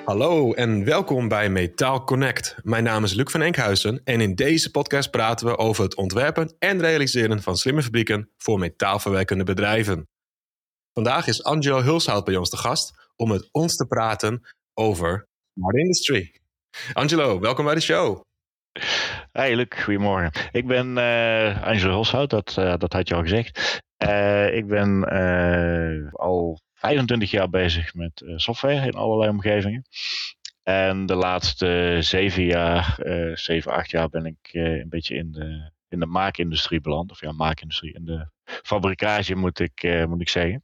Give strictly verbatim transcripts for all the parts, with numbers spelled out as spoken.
Hallo en welkom bij Metaal Connect. Mijn naam is Luc van Enkhuizen en in deze podcast praten we over het ontwerpen en realiseren van slimme fabrieken voor metaalverwerkende bedrijven. Vandaag is Angelo Hulshout bij ons de gast om met ons te praten over Smart Industry. Angelo, welkom bij de show. Hey Luc, goedemorgen. Ik ben uh, Angelo Hulshout, dat, uh, dat had je al gezegd. Uh, ik ben uh, al vijfentwintig jaar bezig met uh, software in allerlei omgevingen. En de laatste zeven jaar, uh, zeven, acht jaar ben ik uh, een beetje in de, in de maakindustrie beland. Of ja, maakindustrie, in de fabrikage moet ik, uh, moet ik zeggen.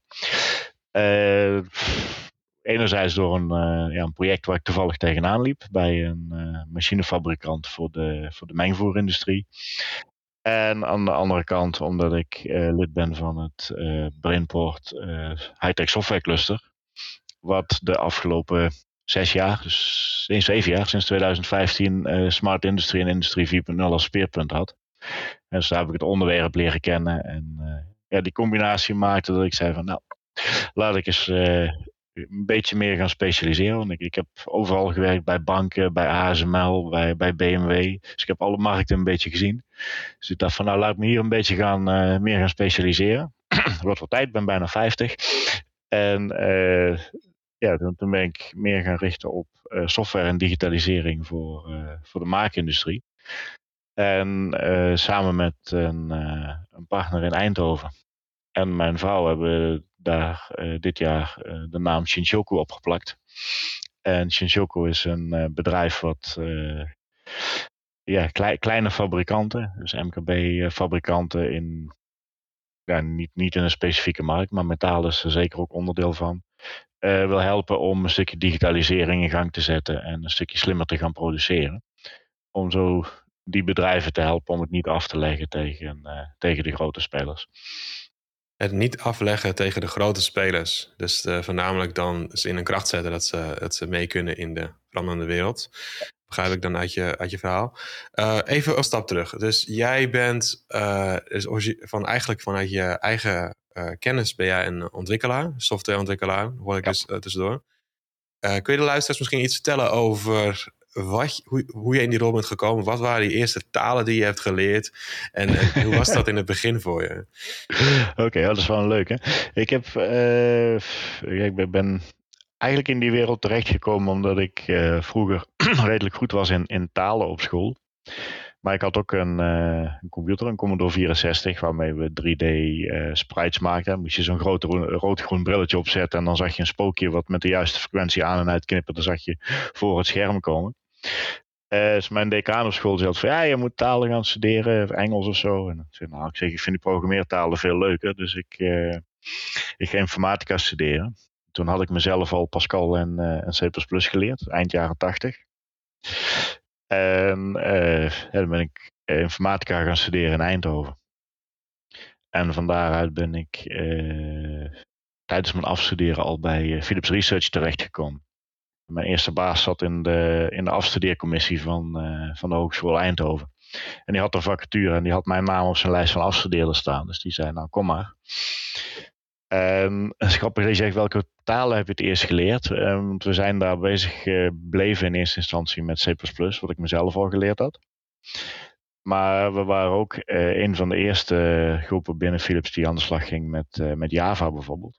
Uh, enerzijds door een, uh, ja, een project waar ik toevallig tegenaan liep bij een uh, machinefabrikant voor de, voor de mengvoerindustrie. En aan de andere kant omdat ik uh, lid ben van het uh, Brainport uh, High-Tech Software Cluster. Wat de afgelopen zes jaar, dus nee, zeven jaar, sinds twintig vijftien, uh, Smart Industry en Industrie vier punt nul als speerpunt had. En dus daar heb ik het onderwerp leren kennen. En uh, ja, die combinatie maakte dat ik zei van nou, laat ik eens uh, een beetje meer gaan specialiseren. Want ik, ik heb overal gewerkt bij banken, bij A S M L, bij, bij B M W. Dus ik heb alle markten een beetje gezien. Dus ik dacht van nou, laat ik me hier een beetje gaan, uh, meer gaan specialiseren. Wat voor tijd, ik ben bijna vijftig. En uh, ja, toen, toen ben ik meer gaan richten op uh, software en digitalisering voor, uh, voor de maakindustrie. En uh, samen met een, uh, een partner in Eindhoven en mijn vrouw hebben daar uh, dit jaar uh, de naam Shinshoku opgeplakt. En Shinshoku is een uh, bedrijf wat uh, ja, klei, kleine fabrikanten, dus M K B-fabrikanten in, ja, niet, niet in een specifieke markt, maar metaal is er zeker ook onderdeel van. Uh, wil helpen om een stukje digitalisering in gang te zetten en een stukje slimmer te gaan produceren. Om zo die bedrijven te helpen om het niet af te leggen tegen, uh, tegen de grote spelers. Het niet afleggen tegen de grote spelers. Dus uh, voornamelijk dan ze in een kracht zetten dat ze, dat ze mee kunnen in de veranderende wereld. Begrijp ik dan uit je, uit je verhaal. Uh, even een stap terug. Dus jij bent uh, dus van, eigenlijk vanuit je eigen uh, kennis ben jij een ontwikkelaar, softwareontwikkelaar, hoor ik ja. dus uh, tussendoor. Uh, kun je de luisteraars misschien iets vertellen over wat, hoe, hoe je in die rol bent gekomen? Wat waren die eerste talen die je hebt geleerd? En, en hoe was dat in het begin voor je? Oké, okay, dat is wel leuk hè. Ik heb, uh, ik ben eigenlijk in die wereld terechtgekomen omdat ik uh, vroeger redelijk goed was in, in talen op school. Maar ik had ook een, uh, een computer, een Commodore vierenzestig, waarmee we drie D uh, sprites maakten. Moest je zo'n groot rood-groen brilletje opzetten en dan zag je een spookje wat met de juiste frequentie aan en uit knipperde, zag je voor het scherm komen. Uh, dus mijn decaan op school zei van ja, je moet talen gaan studeren, Engels of zo. En ik zei, nou, ik zeg, ik vind die programmeertalen veel leuker, dus ik, uh, ik ga informatica studeren. Toen had ik mezelf al Pascal en, uh, en C plus plus geleerd, eind jaren tachtig. En uh, ja, dan ben ik informatica gaan studeren in Eindhoven. En van daaruit ben ik uh, tijdens mijn afstuderen al bij uh, Philips Research terechtgekomen. Mijn eerste baas zat in de, in de afstudeercommissie van, uh, van de Hogeschool Eindhoven. En die had een vacature en die had mijn naam op zijn lijst van afstudeerden staan. Dus die zei, nou kom maar. En grappig, die zegt, welke talen heb je het eerst geleerd? Um, want we zijn daar bezig gebleven in eerste instantie met C plus plus, wat ik mezelf al geleerd had. Maar we waren ook uh, een van de eerste groepen binnen Philips die aan de slag ging met, uh, met Java bijvoorbeeld.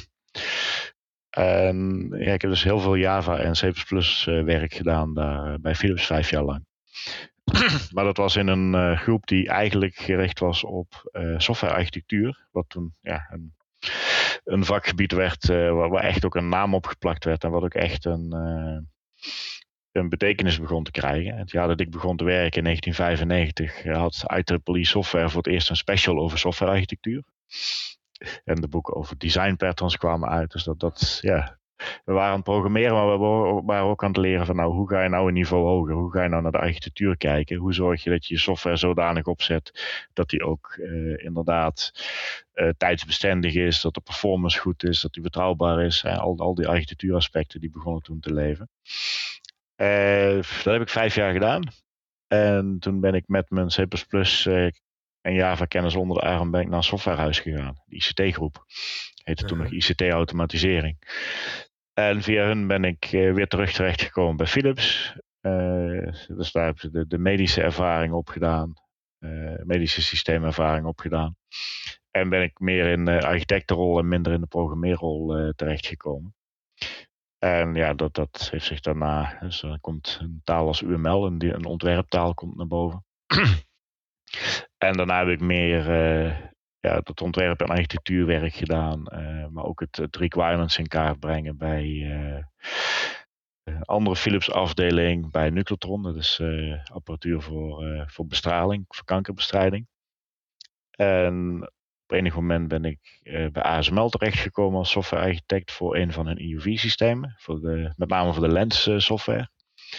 En ja, ik heb dus heel veel Java en C plus plus uh, werk gedaan daar bij Philips vijf jaar lang. Maar dat was in een uh, groep die eigenlijk gericht was op uh, softwarearchitectuur. Wat toen ja, een, een vakgebied werd uh, waar, waar echt ook een naam op geplakt werd. En wat ook echt een, uh, een betekenis begon te krijgen. Het jaar dat ik begon te werken in negentien vijfennegentig had I triple E Software voor het eerst een special over softwarearchitectuur. En de boeken over design patterns kwamen uit. Dus dat, dat ja... We waren aan het programmeren, maar we waren ook aan het leren van nou, hoe ga je nou een niveau hoger? Hoe ga je nou naar de architectuur kijken? Hoe zorg je dat je je software zodanig opzet dat die ook uh, inderdaad uh, tijdsbestendig is, dat de performance goed is, dat die betrouwbaar is. Hè? Al, al die architectuuraspecten die begonnen toen te leven. Uh, dat heb ik vijf jaar gedaan. En toen ben ik met mijn C plus plus uh, en Java kennis onder de arm ben ik naar een softwarehuis gegaan. De I C T-groep. Heette toen nog I C T-automatisering. En via hun ben ik uh, weer terug terechtgekomen bij Philips. Uh, dus daar heb ik de, de medische ervaring opgedaan. Uh, medische systeemervaring opgedaan. En ben ik meer in de architectenrol en minder in de programmeerrol uh, terechtgekomen. En ja, dat, dat heeft zich daarna... Dus er komt een taal als U M L, een, een ontwerptaal komt naar boven. En daarna heb ik meer uh, ja, dat ontwerp- en architectuurwerk gedaan. Uh, maar ook het, het requirements in kaart brengen bij uh, een andere Philips afdeling. Bij Nucleotron, dat is uh, apparatuur voor, uh, voor bestraling, voor kankerbestrijding. En op enig moment ben ik uh, bij A S M L terechtgekomen als softwarearchitect voor een van hun E U V-systemen. Voor de, met name voor de lens uh, software.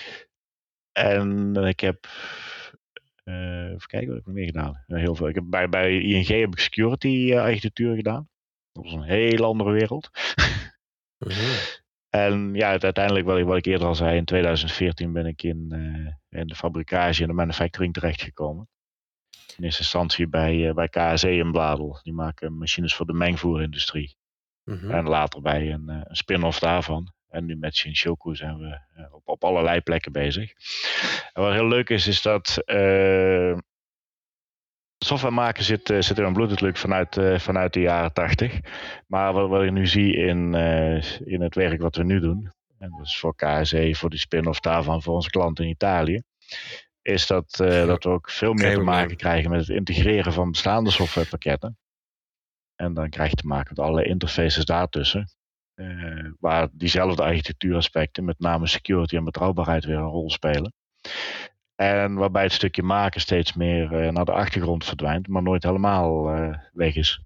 En ik heb... Uh, even kijken wat ik nog meer gedaan. Uh, heel veel. Ik heb bij, bij I N G heb ik security uh, architectuur gedaan. Dat was een heel andere wereld. Mm-hmm. En ja, uiteindelijk, wat ik, wat ik eerder al zei, in twintig veertien ben ik in, uh, in de fabrikage en de manufacturing terechtgekomen. In eerste instantie bij, uh, bij K S E in Bladel. Die maken machines voor de mengvoerindustrie. Mm-hmm. En later bij een, uh, een spin-off daarvan. En nu met Shinshoku zijn we uh, op, op allerlei plekken bezig. En wat heel leuk is, is dat uh, software maken zit, uh, zit in mijn bloed natuurlijk vanuit, uh, vanuit de jaren tachtig. Maar wat, wat ik nu zie in, uh, in het werk wat we nu doen, en dat is voor K S E, voor die spin-off daarvan, voor onze klanten in Italië, is dat, uh, dat we ook veel meer te maken krijgen met het integreren van bestaande softwarepakketten. En dan krijg je te maken met allerlei interfaces daartussen. Uh, waar diezelfde architectuuraspecten, met name security en betrouwbaarheid, weer een rol spelen. En waarbij het stukje maken steeds meer uh, naar de achtergrond verdwijnt, maar nooit helemaal uh, weg is.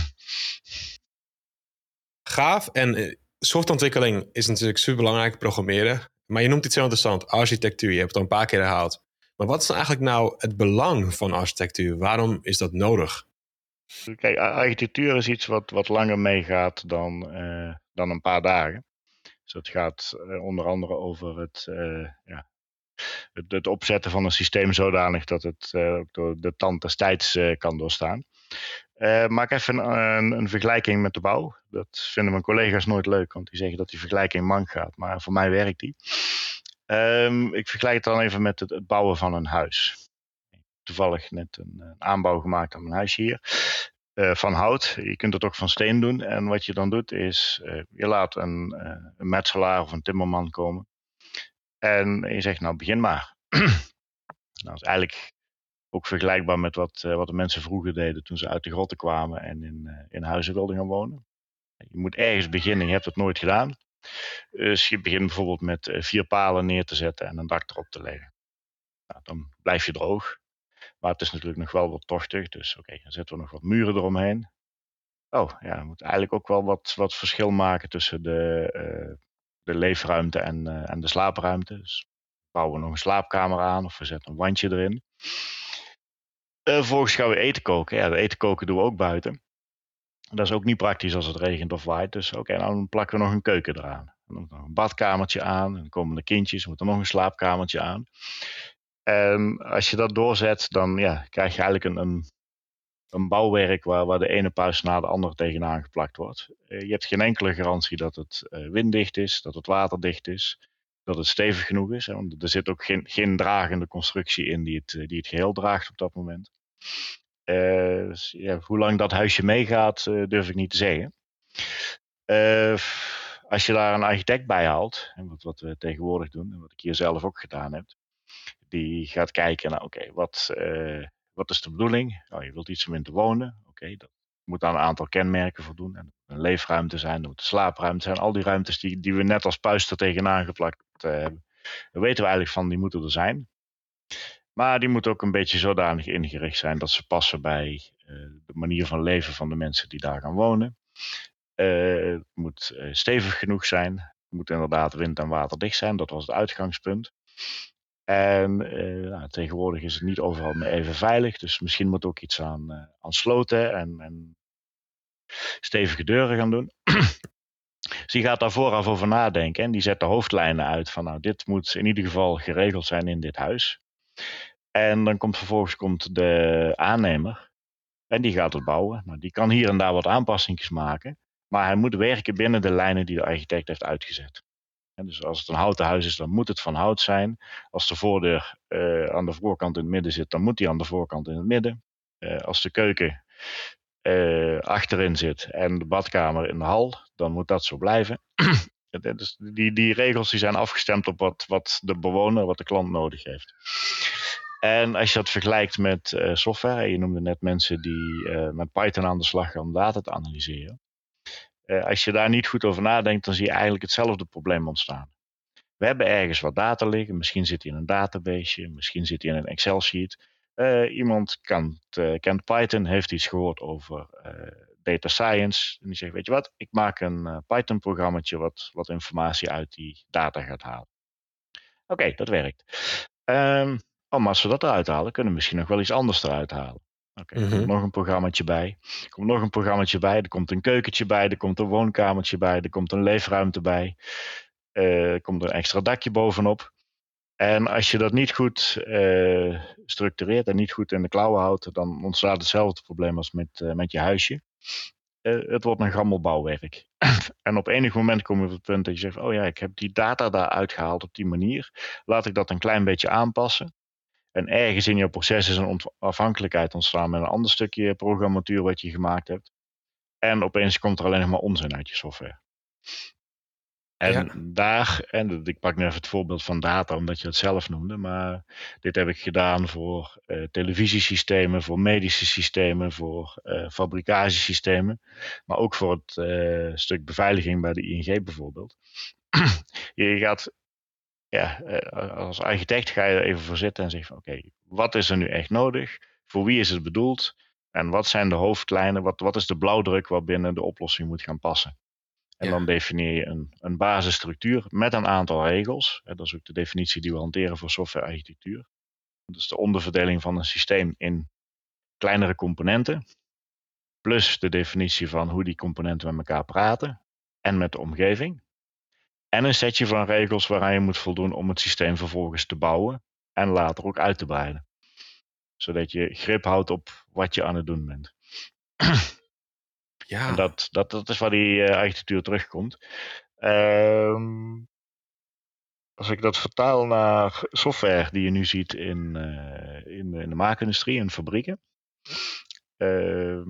Gaaf. En uh, softwareontwikkeling is natuurlijk super belangrijk, programmeren. Maar je noemt iets heel interessant, architectuur. Je hebt het al een paar keer herhaald. Maar wat is nou eigenlijk nou het belang van architectuur? Waarom is dat nodig? Kijk, architectuur is iets wat, wat langer meegaat dan, uh, dan een paar dagen. Dus het gaat uh, onder andere over het, uh, ja, het, het opzetten van een systeem zodanig dat het uh, door de tand des tijds uh, kan doorstaan. Uh, maak even een, een, een vergelijking met de bouw. Dat vinden mijn collega's nooit leuk, want die zeggen dat die vergelijking mank gaat. Maar voor mij werkt die. Um, ik vergelijk het dan even met het, het bouwen van een huis. Toevallig net een, een aanbouw gemaakt aan mijn huis hier. Uh, van hout. Je kunt het ook van steen doen. En wat je dan doet is, uh, je laat een, uh, een metselaar of een timmerman komen. En je zegt, nou begin maar. Nou, dat is eigenlijk ook vergelijkbaar met wat, uh, wat de mensen vroeger deden toen ze uit de grotten kwamen en in, uh, in huizen wilden gaan wonen. Je moet ergens beginnen, je hebt het nooit gedaan. Dus je begint bijvoorbeeld met uh, vier palen neer te zetten en een dak erop te leggen. Nou, dan blijf je droog. Maar het is natuurlijk nog wel wat tochtig, dus oké, okay, dan zetten we nog wat muren eromheen. Oh, ja, we moeten eigenlijk ook wel wat, wat verschil maken tussen de, uh, de leefruimte en, uh, en de slaapruimte. Dus bouwen we nog een slaapkamer aan of we zetten een wandje erin. Uh, vervolgens gaan we eten koken. Ja, de eten koken doen we ook buiten. Dat is ook niet praktisch als het regent of waait. Dus oké, okay, nou, dan plakken we nog een keuken eraan. Dan moet nog een badkamertje aan. En dan komen de kindjes, moet er nog een slaapkamertje aan. En als je dat doorzet, dan ja, krijg je eigenlijk een, een, een bouwwerk waar, waar de ene puis na de andere tegenaan geplakt wordt. Uh, je hebt geen enkele garantie dat het uh, winddicht is, dat het waterdicht is, dat het stevig genoeg is. Hè, want er zit ook geen, geen dragende constructie in die het, die het geheel draagt op dat moment. Uh, dus, ja, hoe lang dat huisje meegaat, uh, durf ik niet te zeggen. Uh, als je daar een architect bij haalt, en wat, wat we tegenwoordig doen, en wat ik hier zelf ook gedaan heb, die gaat kijken naar, oké, okay, wat, uh, wat is de bedoeling? Oh, je wilt iets om in te wonen. Oké, okay, dat moet aan een aantal kenmerken voldoen. En een leefruimte zijn, er moet een slaapruimte zijn. Al die ruimtes die, die we net als puis er tegenaan geplakt uh, hebben. Daar weten we eigenlijk van, die moeten er zijn. Maar die moeten ook een beetje zodanig ingericht zijn dat ze passen bij uh, de manier van leven van de mensen die daar gaan wonen. Uh, het moet uh, stevig genoeg zijn. Het moet inderdaad wind- en waterdicht zijn. Dat was het uitgangspunt. En uh, nou, tegenwoordig is het niet overal meer even veilig. Dus misschien moet ook iets aan, uh, aan sloten en, en stevige deuren gaan doen. Dus die gaat daar vooraf over nadenken. En die zet de hoofdlijnen uit van nou, dit moet in ieder geval geregeld zijn in dit huis. En dan komt vervolgens komt de aannemer. En die gaat het bouwen. Nou, die kan hier en daar wat aanpassingen maken. Maar hij moet werken binnen de lijnen die de architect heeft uitgezet. En dus als het een houten huis is, dan moet het van hout zijn. Als de voordeur uh, aan de voorkant in het midden zit, dan moet die aan de voorkant in het midden. Uh, als de keuken uh, achterin zit en de badkamer in de hal, dan moet dat zo blijven. Dus die, die regels die zijn afgestemd op wat, wat de bewoner, wat de klant nodig heeft. En als je dat vergelijkt met uh, software, je noemde net mensen die uh, met Python aan de slag gaan om data te analyseren. Uh, als je daar niet goed over nadenkt, dan zie je eigenlijk hetzelfde probleem ontstaan. We hebben ergens wat data liggen, misschien zit die in een database, misschien zit die in een Excel-sheet. Uh, iemand kent, uh, kent Python, heeft iets gehoord over uh, data science. En die zegt, weet je wat, ik maak een uh, Python-programmaatje wat, wat informatie uit die data gaat halen. Oké, okay, dat werkt. Um, oh, maar als we dat eruit halen, kunnen we misschien nog wel iets anders eruit halen. Oké, okay, mm-hmm. Er komt nog een programmaatje bij. Er komt nog een programmaatje bij. Er komt een keukentje bij. Er komt een woonkamertje bij. Er komt een leefruimte bij. Uh, er komt een extra dakje bovenop. En als je dat niet goed uh, structureert en niet goed in de klauwen houdt, dan ontstaat hetzelfde probleem als met, uh, met je huisje. Uh, het wordt een gammel bouwwerk. En op enig moment kom je op het punt dat je zegt, oh ja, ik heb die data daar uitgehaald op die manier. Laat ik dat een klein beetje aanpassen. En ergens in jouw proces is een ont- afhankelijkheid ontstaan met een ander stukje programmatuur wat je gemaakt hebt. En opeens komt er alleen nog maar onzin uit je software. En ja. daar, en ik pak nu even het voorbeeld van data, omdat je het zelf noemde, maar dit heb ik gedaan voor uh, televisiesystemen, voor medische systemen, voor uh, fabricatiesystemen, maar ook voor het uh, stuk beveiliging bij de I N G bijvoorbeeld. Je gaat, ja, als architect ga je er even voor zitten en zeg van oké, okay, wat is er nu echt nodig? Voor wie is het bedoeld? En wat zijn de hoofdlijnen? Wat, wat is de blauwdruk waarbinnen de oplossing moet gaan passen? En ja. dan definieer je een, een basisstructuur met een aantal regels. Dat is ook de definitie die we hanteren voor softwarearchitectuur. Dat is de onderverdeling van een systeem in kleinere componenten. Plus de definitie van hoe die componenten met elkaar praten. En met de omgeving. En een setje van regels waaraan je moet voldoen om het systeem vervolgens te bouwen. En later ook uit te breiden. Zodat je grip houdt op wat je aan het doen bent. Ja. En dat, dat, dat is waar die uh, architectuur terugkomt. Um, als ik dat vertaal naar software die je nu ziet in, uh, in, in de maakindustrie, in fabrieken. Uh,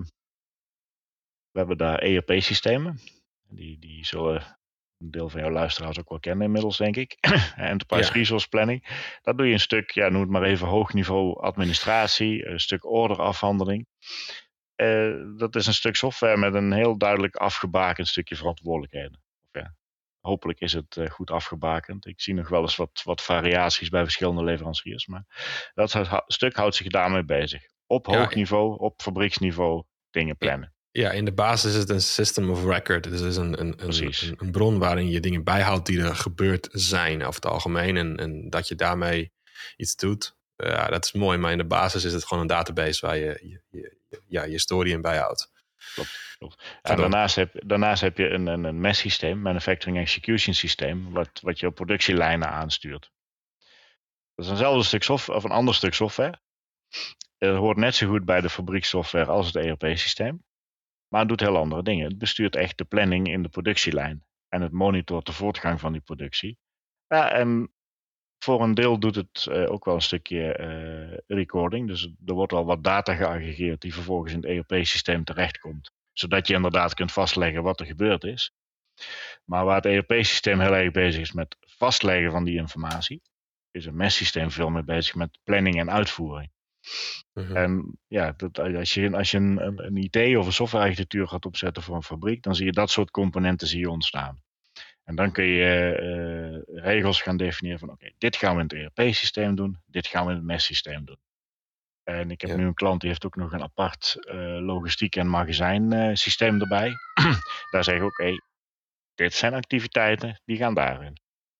we hebben daar E R P-systemen. Die, die zullen een deel van jouw luisteraars ook wel kennen inmiddels, denk ik. Enterprise ja. Resource Planning. Dat doe je een stuk, ja, noem het maar even, hoog niveau administratie. Een stuk orderafhandeling. Uh, dat is een stuk software met een heel duidelijk afgebakend stukje verantwoordelijkheden. Of ja, hopelijk is het uh, goed afgebakend. Ik zie nog wel eens wat, wat variaties bij verschillende leveranciers. Maar dat stuk houdt zich daarmee bezig. Op hoog ja, niveau, op fabrieksniveau dingen plannen. Ja, in de basis is het een system of record. Dus het is een, een, een, een, een bron waarin je dingen bijhoudt die er gebeurd zijn over het algemeen. En, en dat je daarmee iets doet. Ja, dat is mooi, maar in de basis is het gewoon een database waar je je, je, ja, je historie in bijhoudt. Klopt, klopt. En daarnaast heb, daarnaast heb je een, een, een M E S-systeem, Manufacturing Execution Systeem, wat, wat je productielijnen aanstuurt. Dat is eenzelfde stuk software, of een ander stuk software. Het hoort net zo goed bij de fabriekssoftware als het E R P-systeem. Maar het doet heel andere dingen. Het bestuurt echt de planning in de productielijn. En het monitort de voortgang van die productie. Ja, en voor een deel doet het uh, ook wel een stukje uh, recording. Dus er wordt al wat data geaggregeerd die vervolgens in het E R P-systeem terechtkomt. Zodat je inderdaad kunt vastleggen wat er gebeurd is. Maar waar het E R P-systeem heel erg bezig is met vastleggen van die informatie, is het M E S-systeem veel meer bezig met planning en uitvoering. Uh-huh. En ja, dat, als je, als je een, een, een I T of een softwarearchitectuur gaat opzetten voor een fabriek, dan zie je dat soort componenten zie je ontstaan. En dan kun je uh, regels gaan definiëren van oké, okay, dit gaan we in het E R P-systeem doen, dit gaan we in het M E S-systeem doen. En ik heb ja. nu een klant die heeft ook nog een apart uh, logistiek- en magazijnsysteem uh, erbij. Daar zeggen we oké, okay, dit zijn activiteiten, die gaan daarin.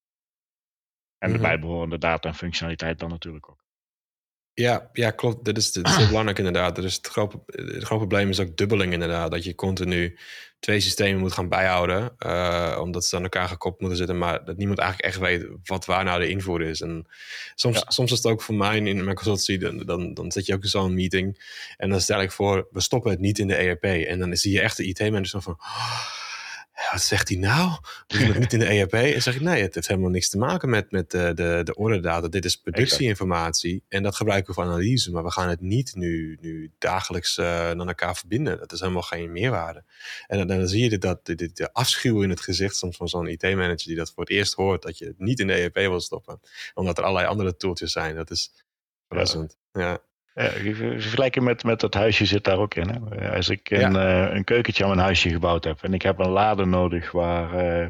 En mm-hmm. de bijbehorende data en functionaliteit dan natuurlijk ook. Ja, ja, klopt. Dit is, dit is heel belangrijk inderdaad. Dus het grote, het grote probleem is ook dubbeling inderdaad. Dat je continu twee systemen moet gaan bijhouden. Uh, omdat ze aan elkaar gekoppeld moeten zitten. Maar dat niemand eigenlijk echt weet wat waar nou de invoer is. En soms, ja. soms is het ook voor mij in mijn consultancy. Dan, dan, dan zit je ook in zo'n meeting. En dan stel ik voor, we stoppen het niet in de E R P. En dan zie je echt de I T-manager van... Oh, Ja, wat zegt hij nou? Moet je nog niet in de E R P? En zeg ik, nee, het heeft helemaal niks te maken met, met de, de, de orderdata. Dit is productieinformatie en dat gebruiken we voor analyse. Maar we gaan het niet nu, nu dagelijks uh, naar elkaar verbinden. Dat is helemaal geen meerwaarde. En dan, dan zie je dat de, de, de afschuw in het gezicht soms van zo'n I T-manager die dat voor het eerst hoort, dat je het niet in de E R P wil stoppen. Omdat er allerlei andere tooltjes zijn. Dat is verrassend. Ja. ja. Ja, vergelijken met, met dat huisje zit daar ook in. Hè? Als ik een, ja. uh, een keukentje aan mijn huisje gebouwd heb en ik heb een lade nodig waar, uh,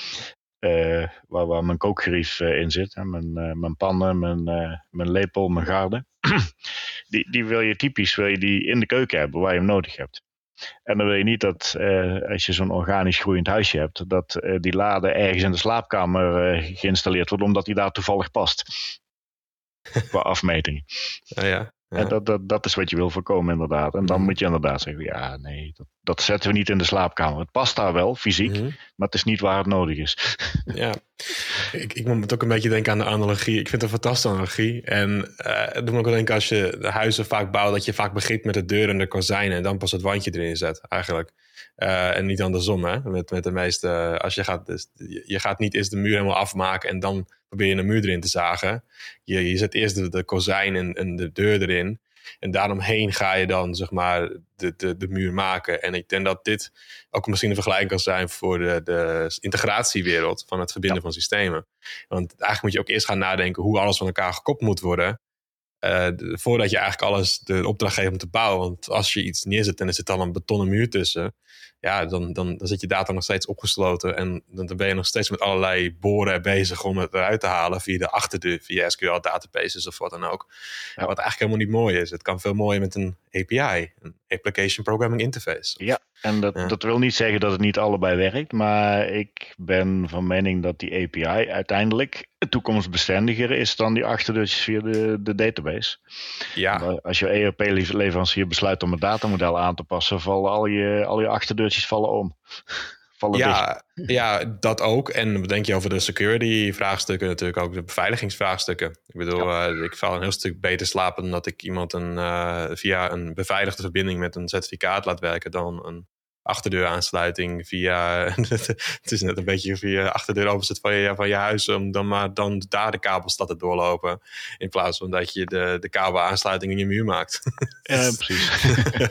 uh, waar, waar mijn kookgerief uh, in zit. Hè? Mijn, uh, mijn pannen, mijn, uh, mijn lepel, mijn garde. die, die wil je typisch wil je die in de keuken hebben waar je hem nodig hebt. En dan wil je niet dat uh, als je zo'n organisch groeiend huisje hebt, dat uh, die lade ergens in de slaapkamer uh, geïnstalleerd wordt, omdat die daar toevallig past. Qua afmeting. Ja, ja. Ja. En dat, dat, dat is wat je wil voorkomen inderdaad. En dan mm. moet je inderdaad zeggen, ja nee, dat, dat zetten we niet in de slaapkamer. Het past daar wel, fysiek, mm. maar het is niet waar het nodig is. Ja, ik, ik moet ook een beetje denken aan de analogie. Ik vind het een fantastische analogie. En uh, het doet me ook wel denken als je de huizen vaak bouwt, dat je vaak begint met de deur en de kozijnen en dan pas het wandje erin zet, eigenlijk. Uh, en niet andersom, hè. Met, met de meeste, als je gaat, dus, je gaat niet eerst de muur helemaal afmaken en dan probeer je een muur erin te zagen. Je, je zet eerst de, de kozijn en, en de deur erin. En daaromheen ga je dan, zeg maar, de, de, de muur maken. En ik denk dat dit ook misschien een vergelijking kan zijn voor de, de integratiewereld van het verbinden ja. van systemen. Want eigenlijk moet je ook eerst gaan nadenken hoe alles van elkaar gekoppeld moet worden. Uh, de, voordat je eigenlijk alles de opdracht geeft om te bouwen. Want als je iets neerzet en er zit al een betonnen muur tussen, ja, dan, dan, dan zit je data nog steeds opgesloten. En dan, dan ben je nog steeds met allerlei boren bezig om het eruit te halen via de achterdeur, via S Q L databases of wat dan ook. Ja. Wat eigenlijk helemaal niet mooi is. Het kan veel mooier met een A P I, een Application Programming Interface. Ja, en dat, ja. dat wil niet zeggen dat het niet allebei werkt, maar ik ben van mening dat die A P I uiteindelijk toekomstbestendiger is dan die achterdeurtjes via de, de database. Ja. Als je E R P-leverancier besluit om het datamodel aan te passen, vallen al je, al je achterdeurtjes vallen om. vallen ja, dicht. Ja, dat ook. En wat denk je over de security vraagstukken, natuurlijk ook de beveiligingsvraagstukken. Ik bedoel, ja. uh, ik val een heel stuk beter slapen dan dat ik iemand een, uh, via een beveiligde verbinding met een certificaat laat werken dan een achterdeuraansluiting via, het is net een beetje via achterdeur openzet van je, van je huis, om dan maar dan daar de kabels laten doorlopen, in plaats van dat je de, de kabelaansluiting in je muur maakt. Ja, precies.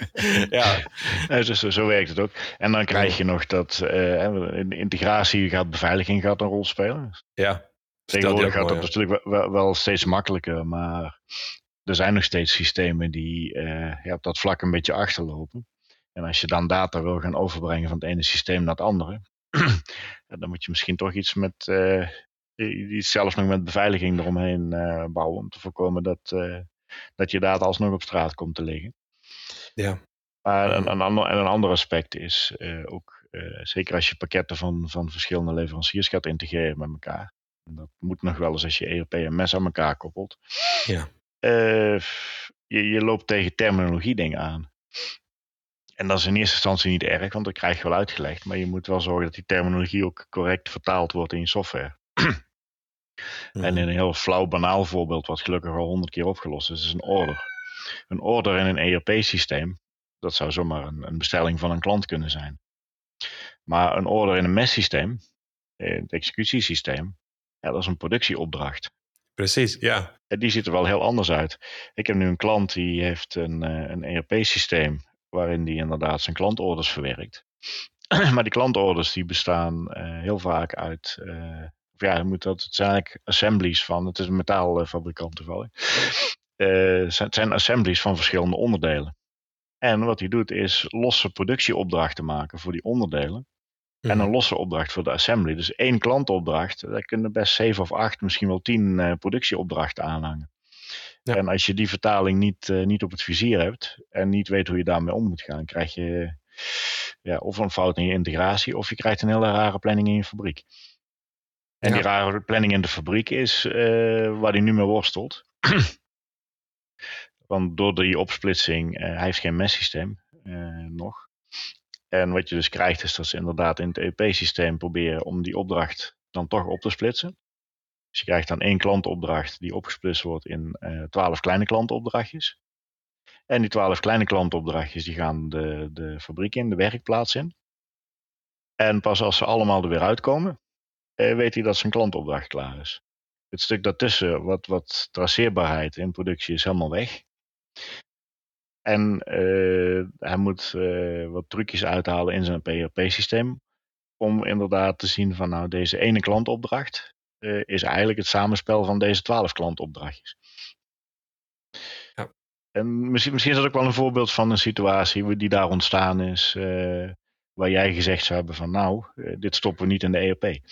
Ja. Ja, dus zo werkt het ook. En dan krijg je nog dat uh, in de integratie gaat beveiliging gaat een rol spelen. Ja. Tegenwoordig gaat dat natuurlijk wel, wel steeds makkelijker, maar er zijn nog steeds systemen die uh, ja, op dat vlak een beetje achterlopen. En als je dan data wil gaan overbrengen van het ene systeem naar het andere, dan moet je misschien toch iets met, uh, iets zelfs nog met beveiliging eromheen uh, bouwen, om te voorkomen dat, uh, dat je data alsnog op straat komt te liggen. Ja. Maar een, een, ander, en een ander aspect is uh, ook, uh, zeker als je pakketten van, van verschillende leveranciers gaat integreren met elkaar. En dat moet nog wel eens als je E R P en M S aan elkaar koppelt. Ja. Uh, je, je loopt tegen terminologie dingen aan. En dat is in eerste instantie niet erg, want dat krijg je wel uitgelegd. Maar je moet wel zorgen dat die terminologie ook correct vertaald wordt in je software. Mm. En in een heel flauw, banaal voorbeeld, wat gelukkig al honderd keer opgelost is, is een order. Een order in een E R P-systeem, dat zou zomaar een, een bestelling van een klant kunnen zijn. Maar een order in een M E S-systeem, het executiesysteem, ja, dat is een productieopdracht. Precies, ja. En die ziet er wel heel anders uit. Ik heb nu een klant die heeft een, een E R P-systeem waarin die inderdaad zijn klantorders verwerkt. Maar die klantorders die bestaan uh, heel vaak uit, uh, of ja, moet dat, het zijn eigenlijk assemblies van, het is een metaalfabrikant toevallig. Uh, het zijn assemblies van verschillende onderdelen. En wat hij doet is losse productieopdrachten maken voor die onderdelen. Mm. En een losse opdracht voor de assembly. Dus één klantopdracht, daar kunnen best zeven of acht, misschien wel tien uh, productieopdrachten aanhangen. Ja. En als je die vertaling niet, uh, niet op het vizier hebt en niet weet hoe je daarmee om moet gaan, krijg je ja, of een fout in je integratie of je krijgt een hele rare planning in je fabriek. En ja. Die rare planning in de fabriek is uh, waar hij nu mee worstelt. Want door die opsplitsing, uh, hij heeft geen M E S-systeem uh, nog. En wat je dus krijgt is dat ze inderdaad in het E R P-systeem proberen om die opdracht dan toch op te splitsen. Dus je krijgt dan één klantopdracht die opgesplitst wordt in twaalf uh, kleine klantopdrachtjes. En die twaalf kleine klantopdrachtjes die gaan de, de fabriek in, de werkplaats in. En pas als ze allemaal er weer uitkomen, eh, weet hij dat zijn klantopdracht klaar is. Het stuk daartussen, wat, wat traceerbaarheid in productie, is helemaal weg. En uh, hij moet uh, wat trucjes uithalen in zijn P R P-systeem. Om inderdaad te zien van nou, deze ene klantopdracht uh, is eigenlijk het samenspel van deze twaalf klantopdrachtjes. Ja. En misschien, misschien is dat ook wel een voorbeeld van een situatie die daar ontstaan is. Uh, waar jij gezegd zou hebben van nou, uh, dit stoppen we niet in de E R P.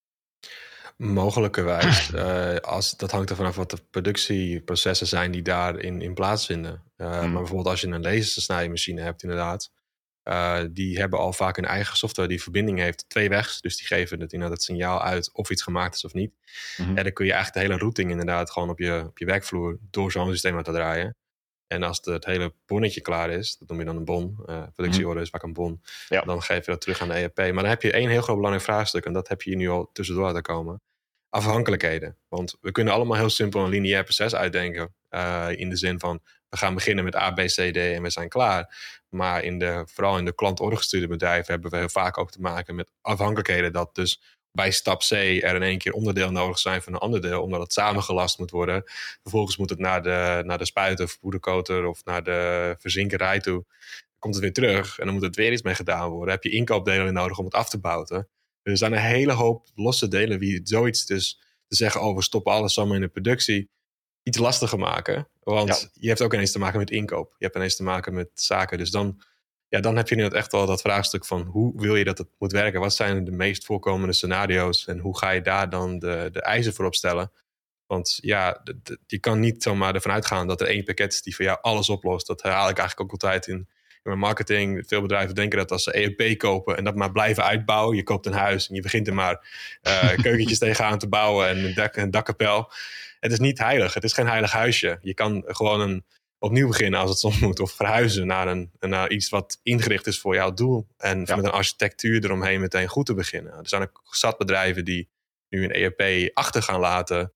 Mogelijkerwijs. uh, als, dat hangt er vanaf wat de productieprocessen zijn die daarin in plaatsvinden. Uh, mm. Maar bijvoorbeeld als je een lasersnijmachine hebt inderdaad. Uh, die hebben al vaak een eigen software die verbinding heeft tweewegs. Dus die geven het, inderdaad het signaal uit of iets gemaakt is of niet. Mm-hmm. En dan kun je eigenlijk de hele routing inderdaad gewoon op je, op je werkvloer door zo'n systeem laten draaien. En als het hele bonnetje klaar is, dat noem je dan een bon, uh, productieorde is vaak een bon, ja. Dan geef je dat terug aan de E R P. Maar dan heb je één heel groot belangrijk vraagstuk, en dat heb je hier nu al tussendoor laten komen. Afhankelijkheden. Want we kunnen allemaal heel simpel een lineair proces uitdenken. Uh, in de zin van, we gaan beginnen met A, B, C, D en we zijn klaar. Maar in de, vooral in de klantordergestuurde bedrijven hebben we heel vaak ook te maken met afhankelijkheden. Dat dus bij stap C er in één keer onderdeel nodig zijn van een ander deel, omdat het samengelast moet worden. Vervolgens moet het naar de, naar de spuiter of poederkoter of naar de verzinkerij toe. Dan komt het weer terug en dan moet het weer iets mee gedaan worden. Dan heb je inkoopdelen nodig om het af te bouwen. Er zijn een hele hoop losse delen wie zoiets dus te zeggen, oh we stoppen alles zomaar in de productie, iets lastiger maken. Want ja. je hebt ook ineens te maken met inkoop. Je hebt ineens te maken met zaken. Dus dan, ja, dan heb je nu echt wel dat vraagstuk van hoe wil je dat het moet werken? Wat zijn de meest voorkomende scenario's? En hoe ga je daar dan de, de eisen voor opstellen? Want ja, de, de, je kan niet zomaar ervan uitgaan dat er één pakket is die voor jou alles oplost. Dat herhaal ik eigenlijk ook altijd in, in mijn marketing. Veel bedrijven denken dat als ze E R P kopen en dat maar blijven uitbouwen. Je koopt een huis en je begint er maar uh, keukentjes tegenaan te bouwen en een, dak, een dakkapel. Het is niet heilig. Het is geen heilig huisje. Je kan gewoon een, opnieuw beginnen als het soms moet. Of verhuizen naar, een, naar iets wat ingericht is voor jouw doel. En ja. met een architectuur eromheen meteen goed te beginnen. Er zijn ook zat bedrijven die nu een E R P achter gaan laten.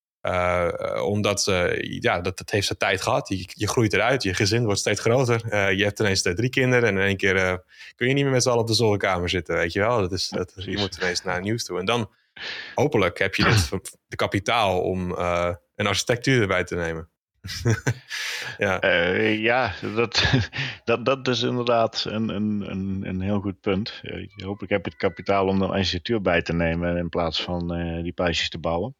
Uh, omdat uh, ja, dat, dat heeft zijn tijd gehad. Je, je groeit eruit. Je gezin wordt steeds groter. Uh, je hebt ineens drie kinderen. En in één keer uh, kun je niet meer met z'n allen op de zolderkamer zitten. Weet je wel? Dat is, dat, je moet ineens naar nieuws toe. En dan hopelijk heb je dus de kapitaal om uh, een architectuur erbij te nemen. ja, uh, ja dat, dat, dat is inderdaad een, een, een, een heel goed punt. Uh, hopelijk heb je het kapitaal om er een architectuur bij te nemen in plaats van uh, die puistjes te bouwen.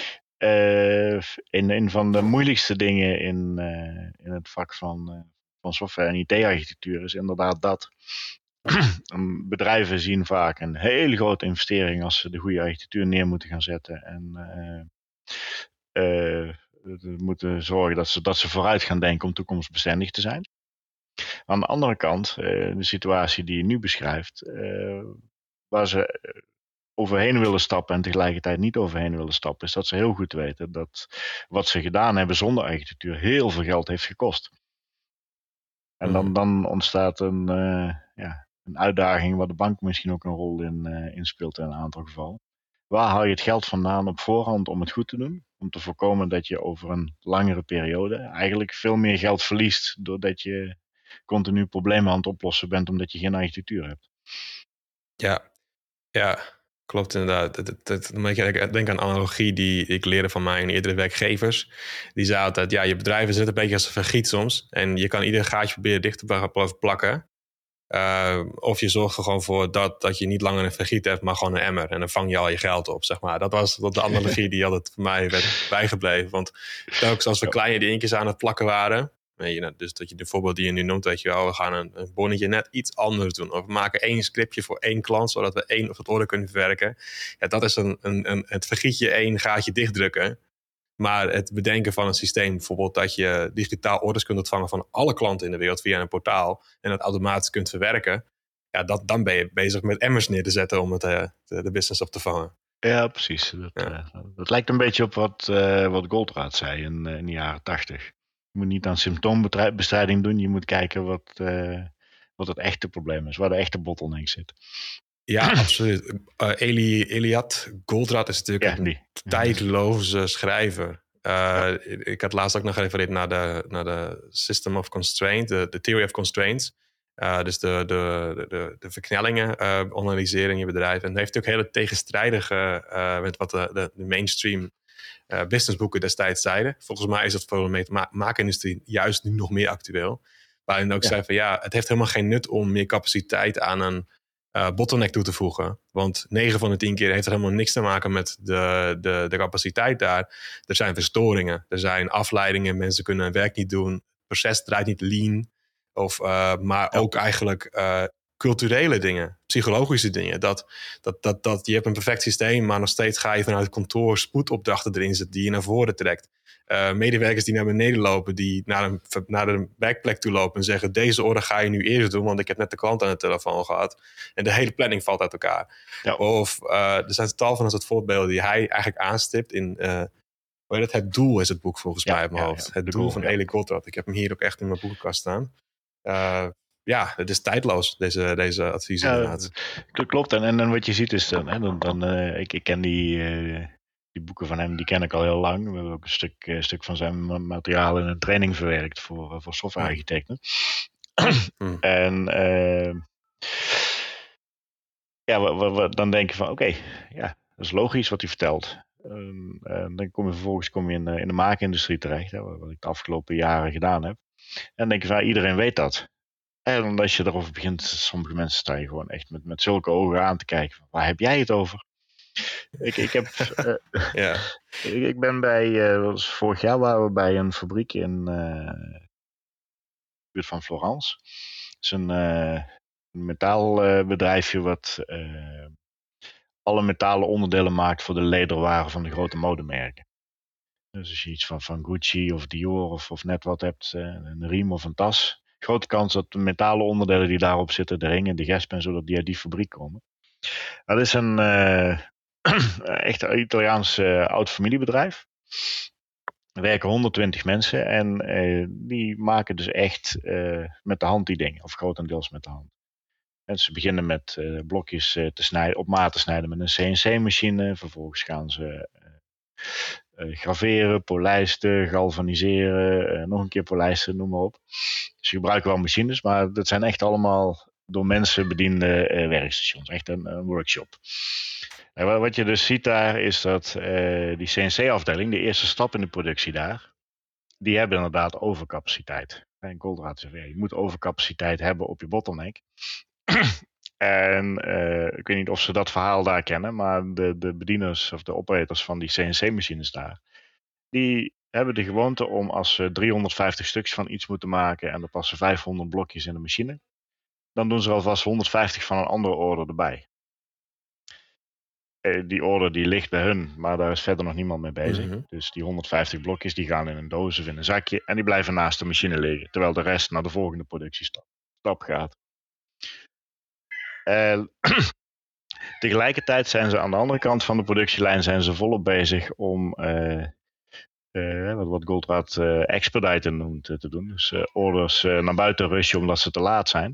Uh, in een van de moeilijkste dingen in, uh, in het vak van, uh, van software en I T-architectuur is inderdaad dat. Bedrijven zien vaak een hele grote investering als ze de goede architectuur neer moeten gaan zetten. En uh, uh, moeten zorgen dat ze, dat ze vooruit gaan denken om toekomstbestendig te zijn. Aan de andere kant, uh, de situatie die je nu beschrijft, uh, waar ze overheen willen stappen en tegelijkertijd niet overheen willen stappen, is dat ze heel goed weten dat wat ze gedaan hebben zonder architectuur heel veel geld heeft gekost. En dan, dan ontstaat een, uh, ja, een uitdaging waar de bank misschien ook een rol in, uh, in speelt in een aantal gevallen. Waar haal je het geld vandaan op voorhand om het goed te doen? Om te voorkomen dat je over een langere periode eigenlijk veel meer geld verliest doordat je continu problemen aan het oplossen bent omdat je geen architectuur hebt. Ja, ja. Klopt inderdaad. Dat, dat, dat, ik denk aan een analogie die ik leerde van mijn eerdere werkgevers. Die zei altijd, ja, je bedrijven zitten een beetje als een vergiet soms. En je kan ieder gaatje proberen dicht te plakken. Uh, of je zorgt er gewoon voor dat, dat je niet langer een vergiet hebt, maar gewoon een emmer. En dan vang je al je geld op, zeg maar. Dat was de analogie die altijd voor mij werd bijgebleven. Want telkens als we kleine dingetjes aan het plakken waren, weet je, dus dat je de voorbeeld die je nu noemt, weet je wel, we gaan een, een bonnetje net iets anders doen. Of we maken één scriptje voor één klant, zodat we één of het order kunnen verwerken. Ja, dat is een, een, een, het vergietje één gaatje dichtdrukken. Maar het bedenken van een systeem, bijvoorbeeld dat je digitaal orders kunt ontvangen van alle klanten in de wereld via een portaal en dat automatisch kunt verwerken, ja, dat, dan ben je bezig met emmers neer te zetten om het, uh, de, de business op te vangen. Ja, precies. Dat, ja. Uh, dat lijkt een beetje op wat, uh, wat Goldraad zei in, uh, in de jaren tachtig. Je moet niet aan symptoombestrijding doen. Je moet kijken wat, uh, wat het echte probleem is. Waar de echte bottleneck zit. Ja, absoluut. Uh, Eli, Eliad Goldraad is natuurlijk ja, een tijdloze schrijver. Uh, ja. Ik had laatst ook nog gerefereerd naar de, naar de System of Constraint. De, de Theory of Constraints. Uh, dus de, de, de, de verknellingen uh, analyseren in je bedrijf. En dat heeft ook hele tegenstrijdige uh, met wat de, de, de mainstream uh, businessboeken destijds zeiden. Volgens mij is dat voor de ma- maakindustrie juist nu nog meer actueel. Waarin ook ja. zei van ja, het heeft helemaal geen nut om meer capaciteit aan een uh, bottleneck toe te voegen. Want negen van de tien keer heeft het helemaal niks te maken met de, de, de capaciteit daar. Er zijn verstoringen, er zijn afleidingen, mensen kunnen hun werk niet doen. Het proces draait niet lean. Of, uh, maar ja. ook eigenlijk uh, culturele dingen, psychologische dingen. Dat, dat, dat, dat je hebt een perfect systeem, maar nog steeds ga je vanuit het kantoor spoedopdrachten erin zetten die je naar voren trekt. Uh, medewerkers die naar beneden lopen, die naar een, naar de werkplek toe lopen en zeggen: deze orde ga je nu eerst doen, want ik heb net de klant aan de telefoon gehad. En de hele planning valt uit elkaar. Ja. Of uh, er zijn tal van dat soort voorbeelden die hij eigenlijk aanstipt in... Uh, hoe heet het? Het Doel is het boek volgens ja, mij uit mijn ja, hoofd. Ja, het Doel goal, van ja. Eli Goldratt. Ik heb hem hier ook echt in mijn boekenkast staan. Uh, ja, het is tijdloos, deze, deze adviezen ja, inderdaad. Klopt. En, en wat je ziet is dan... Hè, dan, dan uh, ik, ik ken die, uh, die boeken van hem, die ken ik al heel lang. We hebben ook een stuk, uh, stuk van zijn materiaal in een training verwerkt voor, uh, voor softwarearchitecten. Hmm. En uh, ja, we, we, we, dan denk je van oké, okay, ja, dat is logisch wat hij vertelt. Um, uh, dan kom je vervolgens kom je in, uh, in de maakindustrie terecht, hè, wat ik de afgelopen jaren gedaan heb. En dan denk je van, ja, iedereen weet dat. En als je erover begint, sommige mensen staan je gewoon echt met, met zulke ogen aan te kijken. Van, waar heb jij het over? Ik, ik, heb, uh, ja. ik, ik ben bij, uh, vorig jaar waren we bij een fabriek in uh, de buurt van Florence. Het is een, uh, een metaalbedrijfje wat uh, alle metalen onderdelen maakt voor de lederwaren van de grote modemerken. Dus als je iets van, van Gucci of Dior of, of net wat hebt, uh, een riem of een tas. Grote kans dat de metalen onderdelen die daarop zitten, de ringen, de gespen en zo, dat die uit die fabriek komen. Dat is een uh, echt een Italiaans uh, oud familiebedrijf. Er werken honderdtwintig mensen en uh, die maken dus echt uh, met de hand die dingen, of grotendeels met de hand. En ze beginnen met uh, blokjes uh, te snijden, op maat te snijden met een C N C-machine. Vervolgens gaan ze uh, uh, graveren, polijsten, galvaniseren, uh, nog een keer polijsten, noem maar op. Dus ze gebruiken wel machines, maar dat zijn echt allemaal door mensen bediende uh, werkstations. Echt een, een workshop. En wat je dus ziet daar is dat uh, die C N C-afdeling, de eerste stap in de productie daar, die hebben inderdaad overcapaciteit. En Goldratt zegt, ja, je moet overcapaciteit hebben op je bottleneck. En uh, ik weet niet of ze dat verhaal daar kennen, maar de, de bedieners of de operators van die C N C-machines daar, die hebben de gewoonte om als ze driehonderdvijftig stuks van iets moeten maken en er passen vijfhonderd blokjes in de machine, dan doen ze alvast honderdvijftig van een andere order erbij. Uh, die order die ligt bij hun, maar daar is verder nog niemand mee bezig. Mm-hmm. Dus die honderdvijftig blokjes die gaan in een doos of in een zakje en die blijven naast de machine liggen, terwijl de rest naar de volgende productiestap stap gaat. Uh, tegelijkertijd zijn ze aan de andere kant van de productielijn zijn ze volop bezig om uh, uh, wat, wat Goldratt uh, expediten noemt uh, te doen. Dus uh, orders uh, naar buiten rushen omdat ze te laat zijn.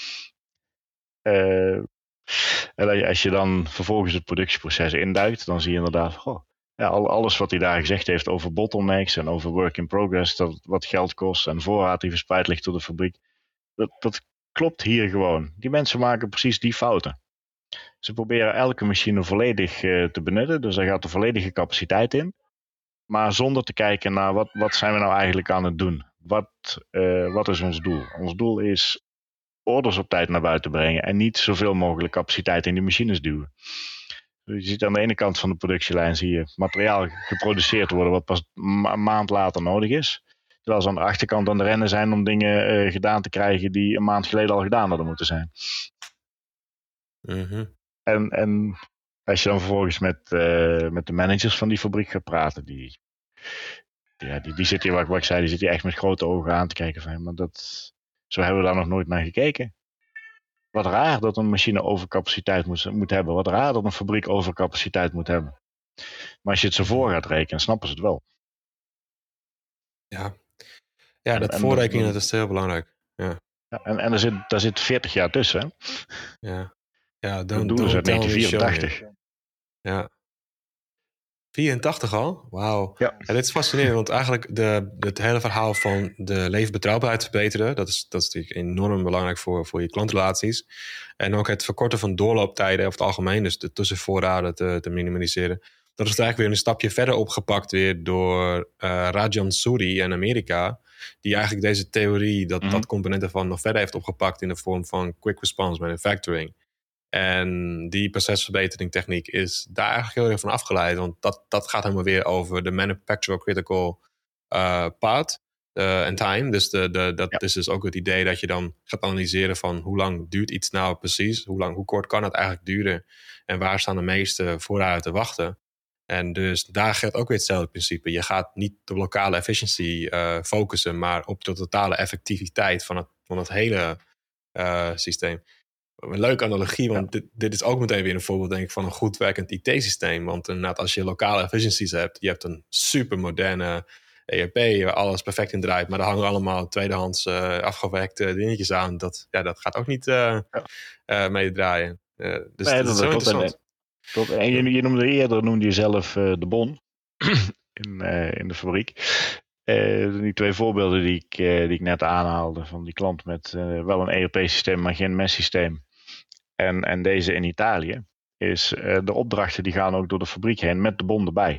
Uh, en als je dan vervolgens het productieproces induikt, dan zie je inderdaad goh, ja, al, alles wat hij daar gezegd heeft over bottlenecks en over work in progress, dat wat geld kost en voorraad die verspreid ligt door de fabriek, dat, dat klopt hier gewoon. Die mensen maken precies die fouten. Ze proberen elke machine volledig uh, te benutten, dus daar gaat de volledige capaciteit in. Maar zonder te kijken naar wat, wat zijn we nou eigenlijk aan het doen. Wat, uh, wat is ons doel? Ons doel is orders op tijd naar buiten brengen en niet zoveel mogelijk capaciteit in die machines duwen. Dus je ziet aan de ene kant van de productielijn zie je materiaal geproduceerd worden wat pas ma- een maand later nodig is. Terwijl ze aan de achterkant aan de rennen zijn om dingen uh, gedaan te krijgen die een maand geleden al gedaan hadden moeten zijn. Mm-hmm. En, en als je dan vervolgens met, uh, met de managers van die fabriek gaat praten, die, ja, die, die zitten hier, wat, wat ik zei, die zitten hier echt met grote ogen aan te kijken van, maar dat, zo hebben we daar nog nooit naar gekeken. Wat raar dat een machine overcapaciteit moet, moet hebben. Wat raar dat een fabriek overcapaciteit moet hebben. Maar als je het zo voor gaat rekenen, snappen ze het wel. Ja, ja dat en, voorrekenen en, dat is heel belangrijk. Ja. Ja, en en er, zit, daar zit veertig jaar tussen. Hè? Ja, ja dan, dat doen ze uit negentien vierentachtig. Ja. vierentachtig al? Wauw. Ja. Ja, dit is fascinerend, want eigenlijk de, het hele verhaal van de leefbetrouwbaarheid verbeteren, dat is, dat is natuurlijk enorm belangrijk voor, voor je klantrelaties. En ook het verkorten van doorlooptijden over het algemeen, dus de tussenvoorraden te, te minimaliseren. Dat is eigenlijk weer een stapje verder opgepakt weer door uh, Rajan Suri in Amerika, die eigenlijk deze theorie, dat, Mm-hmm. dat componenten van nog verder heeft opgepakt in de vorm van quick response manufacturing. En die procesverbetering techniek is daar eigenlijk heel erg van afgeleid. Want dat, dat gaat helemaal weer over de manufacturer critical uh, path uh, en time. Dus de, de, dat ja. is dus ook het idee dat je dan gaat analyseren van hoe lang duurt iets nou precies? Hoe, lang, hoe kort kan het eigenlijk duren? En waar staan de meeste voorraden te wachten? En dus daar geldt ook weer hetzelfde principe. Je gaat niet op lokale efficiency uh, focussen, maar op de totale effectiviteit van het, van het hele uh, systeem. Een leuke analogie, want ja. dit, dit is ook meteen weer een voorbeeld denk ik, van een goed werkend I T-systeem. Want inderdaad, als je lokale efficiencies hebt, je hebt een super moderne E R P waar alles perfect in draait, maar er hangen allemaal tweedehands uh, afgewerkte dingetjes aan. Dat, ja, dat gaat ook niet uh, ja. uh, meedraaien. Uh, dus nee, dat, dat is zo interessant. Tot, en je, je noemde eerder, noemde je zelf uh, de bon in, uh, in de fabriek. Uh, die twee voorbeelden die ik, uh, die ik net aanhaalde van die klant met uh, wel een E R P-systeem, maar geen M E S-systeem. En, en deze in Italië is uh, de opdrachten die gaan ook door de fabriek heen met de bon erbij.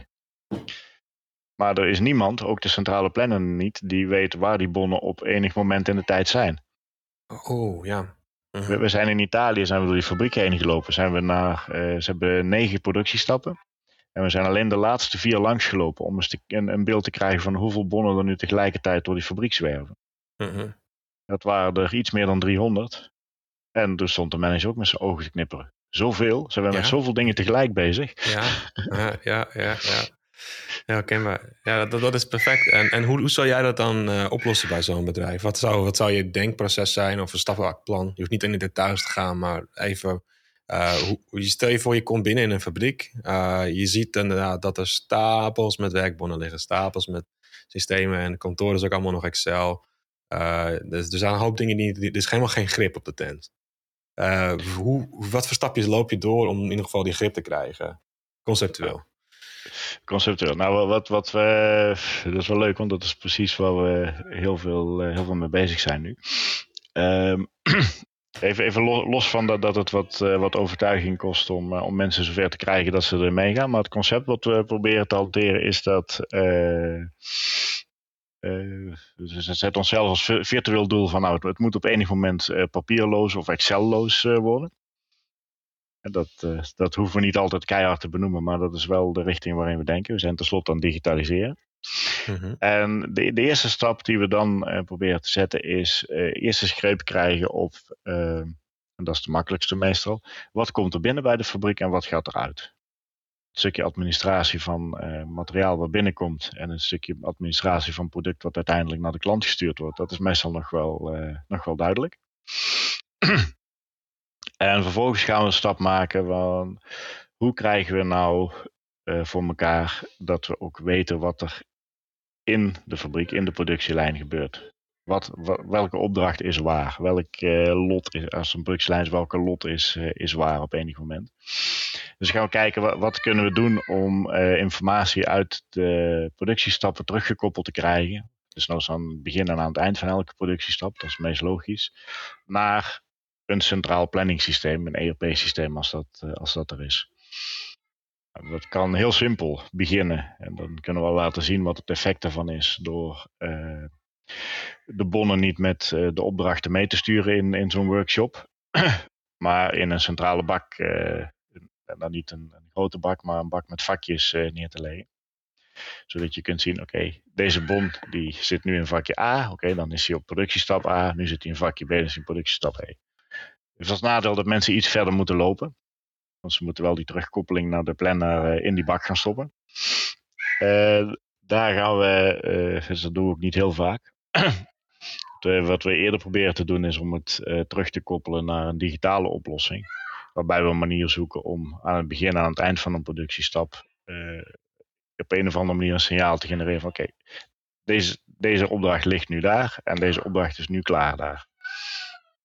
Maar er is niemand, ook de centrale planner niet, die weet waar die bonnen op enig moment in de tijd zijn. Oh, ja. Uh-huh. We, we zijn in Italië, zijn we door die fabriek heen gelopen. Zijn we naar, uh, ze hebben negen productiestappen. En we zijn alleen de laatste vier langs gelopen om eens te, een, een beeld te krijgen van hoeveel bonnen er nu tegelijkertijd door die fabriek zwerven. Uh-huh. Dat waren er iets meer dan driehonderd. En dus stond de manager ook met zijn ogen te knipperen. Zoveel, ze zijn ja. met zoveel dingen tegelijk bezig. Ja, ja, ja, ja. ja. Ja, kenbaar. Ja, dat, dat is perfect. En, en hoe, hoe zou jij dat dan uh, oplossen bij zo'n bedrijf? Wat zou, wat zou je denkproces zijn of een stappenplan? Je hoeft niet in de details te gaan, maar even... Uh, hoe, hoe, stel je voor, je komt binnen in een fabriek. Uh, je ziet inderdaad dat er stapels met werkbonnen liggen. Stapels met systemen en kantoor is ook allemaal nog Excel. Uh, dus er zijn een hoop dingen die... Er is helemaal geen grip op de tent. Uh, hoe, wat voor stapjes loop je door om in ieder geval die grip te krijgen? Conceptueel. Conceptueel. Nou, wat, wat we, dat is wel leuk, want dat is precies waar we heel veel, heel veel mee bezig zijn nu. Um, even, even los van dat, dat het wat, wat overtuiging kost om, om mensen zover te krijgen dat ze er meegaan. Maar het concept wat we proberen te hanteren is dat... Uh, uh, dus we zetten onszelf als virtueel doel van... Nou, het moet op enig moment uh, papierloos of Excelloos uh, worden. Dat, uh, dat hoeven we niet altijd keihard te benoemen, maar dat is wel de richting waarin we denken. We zijn tenslotte aan het digitaliseren. Mm-hmm. En de, de eerste stap die we dan uh, proberen te zetten is uh, eerst eens greep krijgen op, uh, en dat is de makkelijkste meestal, wat komt er binnen bij de fabriek en wat gaat eruit? Een stukje administratie van uh, materiaal wat binnenkomt en een stukje administratie van product wat uiteindelijk naar de klant gestuurd wordt. Dat is meestal nog wel, uh, nog wel duidelijk. En vervolgens gaan we een stap maken van hoe krijgen we nou uh, voor elkaar dat we ook weten wat er in de fabriek, in de productielijn gebeurt. Wat, welke opdracht is waar? Welk uh, lot is, als een productielijn is, welke lot is, uh, is waar op enig moment? Dus gaan we kijken wat, wat kunnen we doen om uh, informatie uit de productiestappen teruggekoppeld te krijgen. Dus nou is aan het begin en aan het eind van elke productiestap, dat is het meest logisch, naar een centraal planningssysteem, een E R P-systeem als dat, uh, als dat er is. Dat kan heel simpel beginnen. En dan kunnen we laten zien wat het effect daarvan is door uh, de bonnen niet met uh, de opdrachten mee te sturen in, in zo'n workshop. Maar in een centrale bak, uh, dan niet een, een grote bak, maar een bak met vakjes uh, neer te leggen. Zodat je kunt zien, oké, okay, deze bon die zit nu in vakje A. Oké, okay, dan is hij op productiestap A. Nu zit hij in vakje B, dan is hij in productiestap E. Dus dat is nadeel dat mensen iets verder moeten lopen. Want ze moeten wel die terugkoppeling naar de planner uh, in die bak gaan stoppen. Uh, daar gaan we, uh, dus dat doen we ook niet heel vaak. Wat we eerder proberen te doen is om het uh, terug te koppelen naar een digitale oplossing. Waarbij we een manier zoeken om aan het begin en aan het eind van een productiestap uh, op een of andere manier een signaal te genereren van oké, okay, deze, deze opdracht ligt nu daar en deze opdracht is nu klaar daar.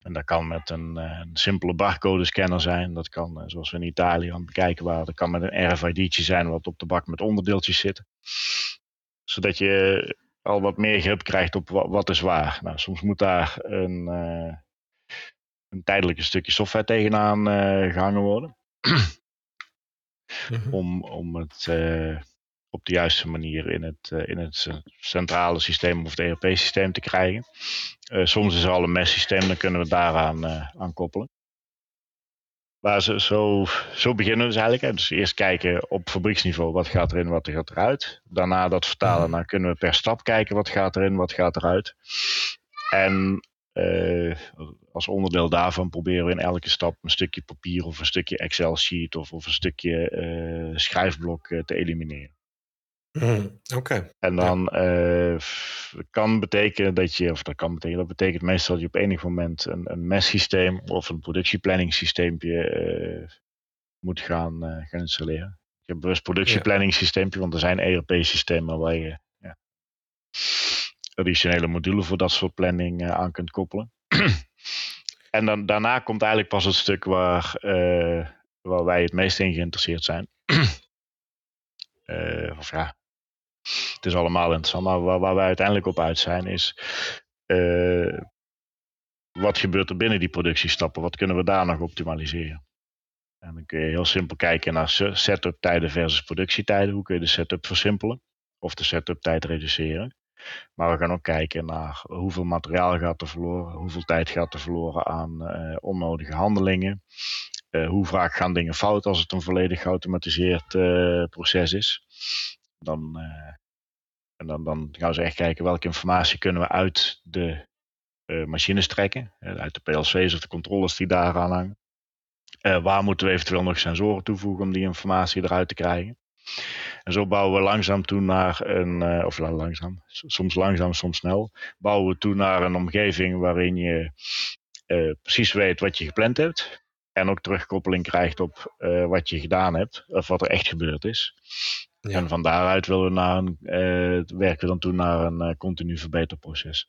En dat kan met een, uh, een simpele barcode scanner zijn. Dat kan, uh, zoals we in Italië aan het bekijken waren, dat kan met een R F I D'tje zijn wat op de bak met onderdeeltjes zit. Zodat je al wat meer grip krijgt op wat, wat is waar. Nou, soms moet daar een, uh, een tijdelijk stukje software tegenaan uh, gehangen worden. mm-hmm. om, om het uh, op de juiste manier in het, uh, in het centrale systeem of het E R P-systeem te krijgen. Uh, soms is er al een messysteem, dan kunnen we daaraan uh, aan koppelen. Maar zo, zo, zo beginnen we dus eigenlijk. Hè. Dus eerst kijken op fabrieksniveau, wat gaat erin, wat gaat eruit. Daarna dat vertalen, dan kunnen we per stap kijken, wat gaat erin, wat gaat eruit. En uh, als onderdeel daarvan proberen we in elke stap een stukje papier of een stukje Excel-sheet of, of een stukje uh, schrijfblok uh, te elimineren. Mm, Oké. Okay. En dan ja. uh, kan betekenen dat je, of dat kan betekenen, dat betekent meestal dat je op enig moment een, een messysteem of een productieplanningssysteempje uh, moet gaan, uh, gaan installeren. Ik heb bewust productieplanningssysteempje, want er zijn E R P-systemen waar je ja, additionele modulen voor dat soort planning uh, aan kunt koppelen. En dan, daarna komt eigenlijk pas het stuk waar, uh, waar wij het meest in geïnteresseerd zijn. uh, of ja, het is allemaal interessant, maar waar, waar wij uiteindelijk op uit zijn is uh, wat gebeurt er binnen die productiestappen? Wat kunnen we daar nog optimaliseren? En dan kun je heel simpel kijken naar setup tijden versus productietijden. Hoe kun je de setup versimpelen of de setup tijd reduceren? Maar we gaan ook kijken naar hoeveel materiaal gaat er verloren, hoeveel tijd gaat er verloren aan uh, onnodige handelingen. Uh, hoe vaak gaan dingen fout als het een volledig geautomatiseerd uh, proces is. Dan, uh, en dan, dan gaan ze echt kijken welke informatie kunnen we uit de uh, machines trekken. Uh, uit de P L C's of de controllers die daaraan hangen. Uh, waar moeten we eventueel nog sensoren toevoegen om die informatie eruit te krijgen. En zo bouwen we langzaam toe naar een, uh, of langzaam, soms langzaam, soms snel, bouwen we toe naar een omgeving waarin je uh, precies weet wat je gepland hebt. En ook terugkoppeling krijgt op uh, wat je gedaan hebt, of wat er echt gebeurd is. Ja. En van daaruit willen we naar een, uh, werken we dan toe naar een uh, continu verbeterproces.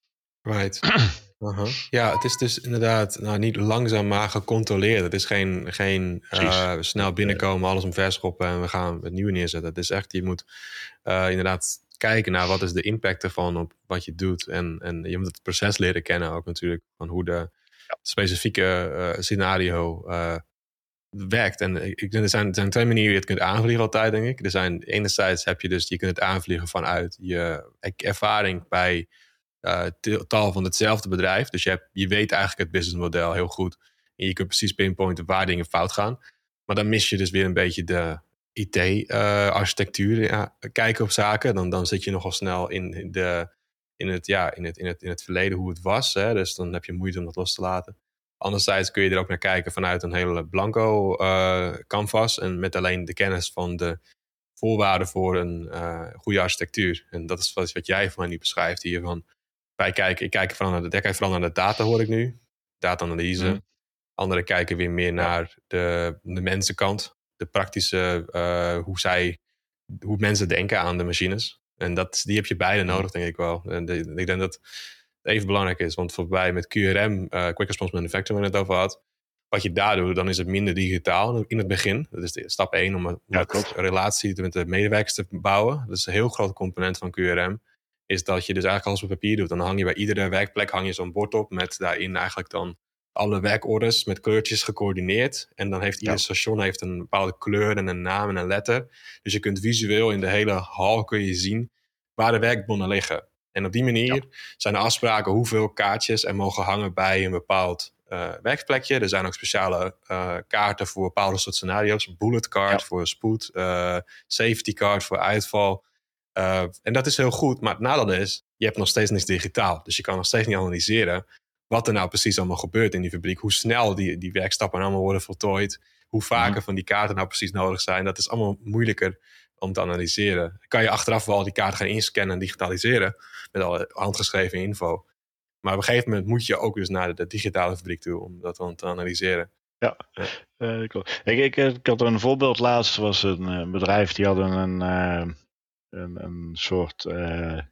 Right. Uh-huh. Ja, het is dus inderdaad nou, niet langzaam maar gecontroleerd. Het is geen, geen uh, snel binnenkomen, alles omverschoppen en we gaan het nieuwe neerzetten. Het is echt, je moet uh, inderdaad kijken naar wat is de impact ervan op wat je doet. En, en je moet het proces leren kennen ook natuurlijk, van hoe de specifieke uh, scenario uh, werkt. En ik denk, er zijn, er zijn twee manieren die je het kunt aanvliegen altijd, denk ik. Er zijn, enerzijds heb je dus, je kunt het aanvliegen vanuit je ervaring bij Uh, tal van hetzelfde bedrijf. Dus je, hebt, je weet eigenlijk het businessmodel heel goed. En je kunt precies pinpointen waar dingen fout gaan. Maar dan mis je dus weer een beetje de I T-architectuur. Uh, ja, kijken op zaken. Dan, dan zit je nogal snel in, de, in, het, ja, in, het, in, het, in het verleden hoe het was. Hè? Dus dan heb je moeite om dat los te laten. Anderzijds kun je er ook naar kijken vanuit een hele blanco uh, canvas. En met alleen de kennis van de voorwaarden voor een uh, goede architectuur. En dat is wat, wat jij voor mij nu beschrijft hier van. Wij kijken, ik kijk vooral naar de, kijk vooral naar de data, hoor ik nu. Data-analyse. Mm. Anderen kijken weer meer naar de, de mensenkant. De praktische, uh, hoe zij, hoe mensen denken aan de machines. En dat, die heb je beide nodig, denk ik wel. En de, ik denk dat het even belangrijk is. Want voorbij met Q R M, uh, Quick Response Manufacturing, waar ik het over had. Wat je daar doet, dan is het minder digitaal in het begin. Dat is de, stap één om een ja, relatie met de medewerkers te bouwen. Dat is een heel groot component van Q R M. Is dat je dus eigenlijk alles op papier doet. Dan hang je bij iedere werkplek hang je zo'n bord op met daarin eigenlijk dan alle werkorders met kleurtjes gecoördineerd. En dan heeft ieder ja. station heeft een bepaalde kleur en een naam en een letter. Dus je kunt visueel in de hele hal kun je zien waar de werkbonnen liggen. En op die manier ja. zijn er afspraken hoeveel kaartjes er mogen hangen bij een bepaald uh, werkplekje. Er zijn ook speciale uh, kaarten voor bepaalde soort scenario's. Bullet card ja. voor spoed, uh, safety card voor uitval. Uh, en dat is heel goed, maar het nadeel is, je hebt nog steeds niks digitaal. Dus je kan nog steeds niet analyseren wat er nou precies allemaal gebeurt in die fabriek. Hoe snel die, die werkstappen allemaal worden voltooid. Hoe vaker mm. van die kaarten nou precies nodig zijn. Dat is allemaal moeilijker om te analyseren. Dan kan je achteraf wel die kaarten gaan inscannen en digitaliseren. Met alle handgeschreven info. Maar op een gegeven moment moet je ook dus naar de, de digitale fabriek toe om dat dan te analyseren. Ja, ja. Uh, klopt. Ik, ik, ik had een voorbeeld laatst. Was een uh, bedrijf die hadden een... Uh... Een, een soort uh,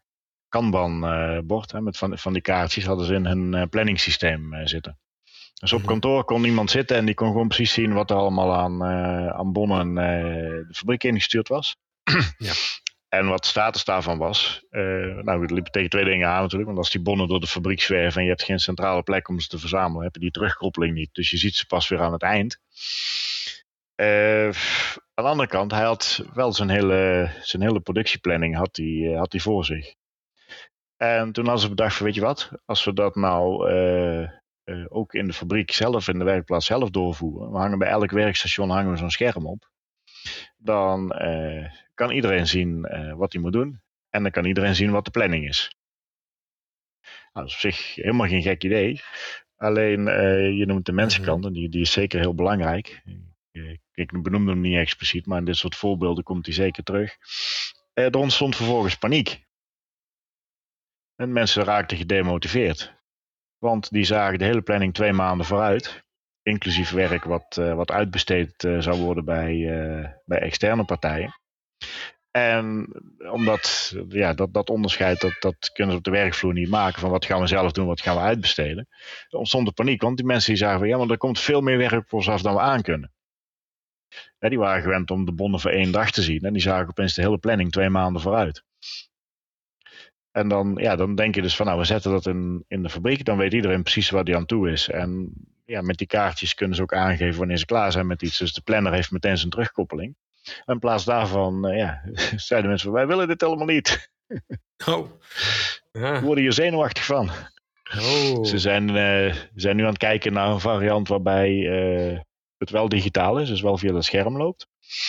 Kanban-bord uh, met van, van die kaartjes hadden ze in hun uh, planningssysteem uh, zitten. Dus op kantoor kon iemand zitten en die kon gewoon precies zien wat er allemaal aan, uh, aan bonnen uh, de fabriek ingestuurd was. Ja. En wat de status daarvan was. Uh, nou, het liep tegen twee dingen aan natuurlijk. Want als die bonnen door de fabriek zwerven en je hebt geen centrale plek om ze te verzamelen, heb je die terugkoppeling niet. Dus je ziet ze pas weer aan het eind. Uh, aan de andere kant, hij had wel zijn hele, zijn hele productieplanning had hij, had hij voor zich. En toen hadden ze bedacht van, weet je wat, als we dat nou uh, uh, ook in de fabriek zelf, in de werkplaats zelf doorvoeren. We hangen bij elk werkstation hangen we zo'n scherm op. Dan uh, kan iedereen zien uh, wat hij moet doen. En dan kan iedereen zien wat de planning is. Nou, dat is op zich helemaal geen gek idee. Alleen, uh, je noemt de mensenkant, en die, die is zeker heel belangrijk. Ik benoemde hem niet expliciet, maar in dit soort voorbeelden komt hij zeker terug. Uh, er ontstond vervolgens paniek. En mensen raakten gedemotiveerd. Want die zagen de hele planning twee maanden vooruit. Inclusief werk wat, uh, wat uitbesteed uh, zou worden bij, uh, bij externe partijen. En omdat ja, dat, dat onderscheid, dat, dat kunnen ze op de werkvloer niet maken. Van wat gaan we zelf doen, wat gaan we uitbesteden. Er ontstond de paniek, want die mensen die zagen van ja, maar er komt veel meer werk op ons af dan we aan kunnen. Ja, die waren gewend om de bonnen voor één dag te zien. En die zagen opeens de hele planning twee maanden vooruit. En dan, ja, dan denk je dus van nou, we zetten dat in, in de fabriek. Dan weet iedereen precies waar die aan toe is. En ja, met die kaartjes kunnen ze ook aangeven wanneer ze klaar zijn met iets. Dus de planner heeft meteen zijn terugkoppeling. En in plaats daarvan, uh, ja, zeiden mensen van wij willen dit helemaal niet. Oh. Ja. We worden hier zenuwachtig van. Oh. Ze zijn, uh, zijn nu aan het kijken naar een variant waarbij uh, het wel digitaal is. Dus wel via het scherm loopt.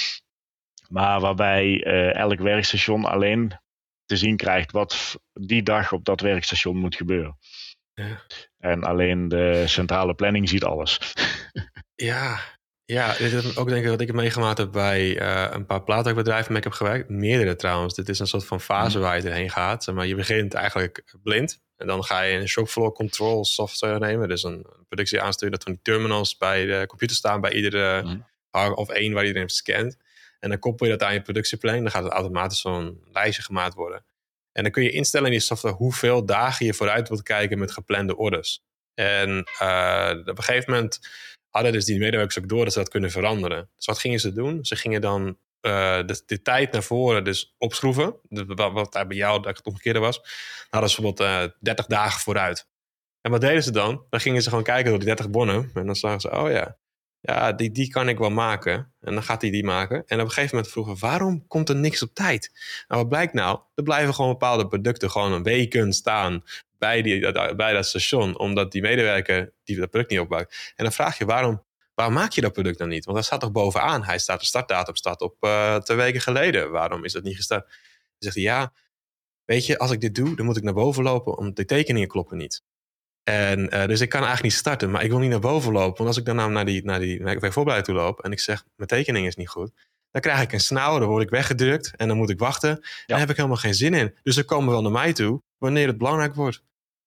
Maar waarbij uh, elk werkstation alleen te zien krijgt wat die dag op dat werkstation moet gebeuren. Ja. En alleen de centrale planning ziet alles. Ja, ja, dit is ook denk ik wat ik meegemaakt heb bij uh, een paar plaatwerkbedrijven waarmee ik heb gewerkt. Meerdere trouwens. Dit is een soort van fase waar je erheen gaat. Zeg maar, je begint eigenlijk blind. En dan ga je een shopfloor control software nemen. Dus een productie aansturen dat van die terminals bij de computer staan. Bij iedere mm. of één waar iedereen scant. En dan koppel je dat aan je productieplanning. Dan gaat het automatisch zo'n lijstje gemaakt worden. En dan kun je instellen in die software hoeveel dagen je vooruit wilt kijken met geplande orders. En uh, op een gegeven moment hadden dus die medewerkers ook door dat ze dat kunnen veranderen. Dus wat gingen ze doen? Ze gingen dan uh, de, de tijd naar voren dus opschroeven. De, wat, wat bij jou dat het omgekeerde was. Dan hadden ze bijvoorbeeld uh, dertig dagen vooruit. En wat deden ze dan? Dan gingen ze gewoon kijken door die dertig bonnen. En dan zagen ze, oh ja, ja die, die kan ik wel maken. En dan gaat hij die maken. En op een gegeven moment vroegen, waarom komt er niks op tijd? Nou, wat blijkt nou? Er blijven gewoon bepaalde producten gewoon een weken staan bij, die, bij dat station. Omdat die medewerker die dat product niet opbouwt. En dan vraag je, waarom, waarom maak je dat product dan niet? Want hij staat toch bovenaan? Hij staat, de startdatum staat op uh, twee weken geleden. Waarom is dat niet gestart? Dan zegt hij, ja, weet je, als ik dit doe, dan moet ik naar boven lopen, omdat de tekeningen kloppen niet. En uh, dus ik kan eigenlijk niet starten, maar ik wil niet naar boven lopen. Want als ik dan nou naar die, naar die werkvoorbereiding toe loop en ik zeg, mijn tekening is niet goed, dan krijg ik een snauw, dan word ik weggedrukt en dan moet ik wachten. Ja. Daar heb ik helemaal geen zin in. Dus ze komen wel naar mij toe wanneer het belangrijk wordt.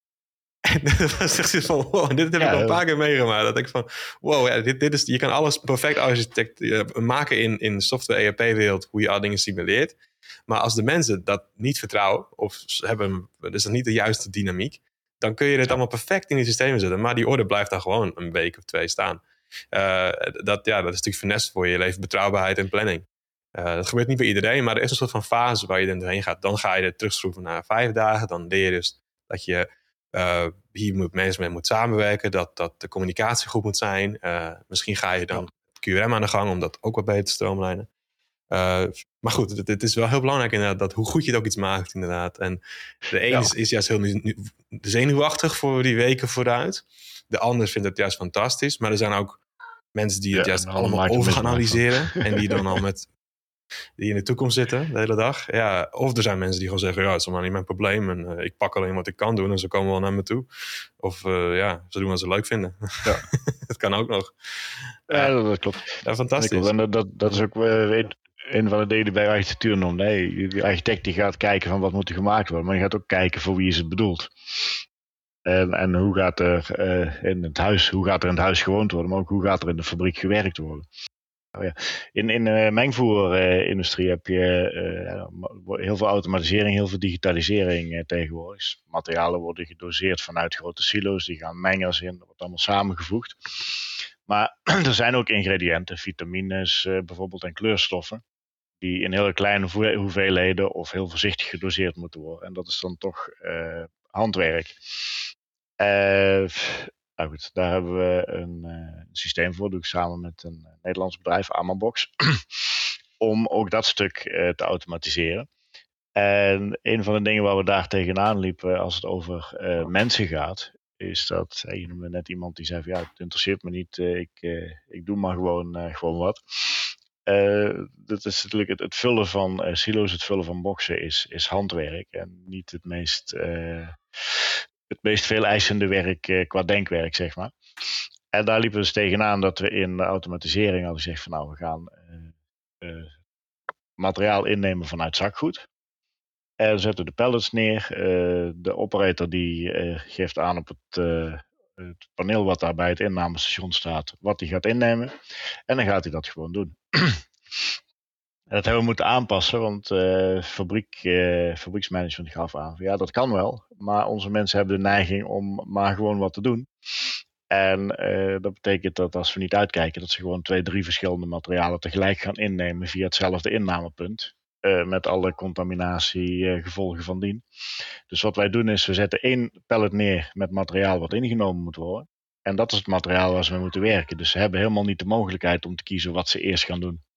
En dan zegt ze van, wow, dit heb ja, ik al een paar keer meegemaakt. Dat ik van, wow, ja, dit, dit is, je kan alles perfect architect uh, maken in, in de software E R P-wereld, hoe je al dingen simuleert. Maar als de mensen dat niet vertrouwen, of hebben, dus dat niet de juiste dynamiek, dan kun je dit allemaal perfect in die systemen zetten. Maar die orde blijft daar gewoon een week of twee staan. Uh, dat, ja, dat is natuurlijk finesse voor je leven, betrouwbaarheid en planning. Uh, dat gebeurt niet bij iedereen, maar er is een soort van fase waar je er doorheen gaat. Dan ga je er terugschroeven naar vijf dagen. Dan leer je dus dat je uh, hier moet mensen mee moet samenwerken. Dat, dat de communicatie goed moet zijn. Uh, misschien ga je dan Q R M aan de gang om dat ook wat beter te stroomlijnen. Uh, maar goed, het, het is wel heel belangrijk inderdaad dat hoe goed je het ook iets maakt inderdaad. En de ene ja. is, is juist heel nu, nu, zenuwachtig voor die weken vooruit. De ander vindt het juist fantastisch. Maar er zijn ook mensen die het ja, juist allemaal over gaan analyseren. En die dan al met die in de toekomst zitten de hele dag. Ja, of er zijn mensen die gewoon zeggen, ja, het is allemaal niet mijn probleem. En uh, ik pak alleen wat ik kan doen en ze komen wel naar me toe. Of uh, ja, ze doen wat ze leuk vinden. Ja. Dat kan ook nog. Ja, ja dat klopt. Ja, fantastisch. En dat, dat, dat is ook uh, een van de dingen bij architectuur noemt. Nee, de architect die gaat kijken van wat moet er gemaakt worden. Maar die gaat ook kijken voor wie is het bedoeld. En, en hoe gaat er uh, in het huis, hoe gaat er in het huis gewoond worden. Maar ook hoe gaat er in de fabriek gewerkt worden. Oh ja. In, in de mengvoerindustrie heb je uh, heel veel automatisering, heel veel digitalisering uh, tegenwoordig. Materialen worden gedoseerd vanuit grote silo's, die gaan mengers in, dat wordt allemaal samengevoegd. Maar er zijn ook ingrediënten, vitamines uh, bijvoorbeeld en kleurstoffen, die in hele kleine hoeveelheden of heel voorzichtig gedoseerd moeten worden. En dat is dan toch uh, handwerk. Uh, Nou goed, daar hebben we een, uh, een systeem voor, doe ik samen met een uh, Nederlands bedrijf, Amanbox, om ook dat stuk uh, te automatiseren. En een van de dingen waar we daar tegenaan liepen als het over uh, mensen gaat, is dat, hey, je noemde net iemand die zei van ja, het interesseert me niet, uh, ik, uh, ik doe maar gewoon, uh, gewoon wat. Uh, dat is natuurlijk het, het vullen van uh, silo's, het vullen van boxen is, is handwerk en niet het meest... Uh, het meest veel eisende werk uh, qua denkwerk, zeg maar. En daar liepen we dus tegenaan dat we in de automatisering hadden gezegd van nou, we gaan uh, uh, materiaal innemen vanuit zakgoed. En we zetten de pallets neer. Uh, de operator die uh, geeft aan op het, uh, het paneel wat daar bij het innamestation staat, wat hij gaat innemen. En dan gaat hij dat gewoon doen. En dat hebben we moeten aanpassen, want uh, fabriek, uh, fabrieksmanagement gaf aan van ja, dat kan wel. Maar onze mensen hebben de neiging om maar gewoon wat te doen. En uh, dat betekent dat als we niet uitkijken, dat ze gewoon twee, drie verschillende materialen tegelijk gaan innemen via hetzelfde innamepunt. Uh, met alle contaminatie uh, gevolgen van dien. Dus wat wij doen is, we zetten één pallet neer met materiaal wat ingenomen moet worden. En dat is het materiaal waar ze mee moeten werken. Dus ze hebben helemaal niet de mogelijkheid om te kiezen wat ze eerst gaan doen.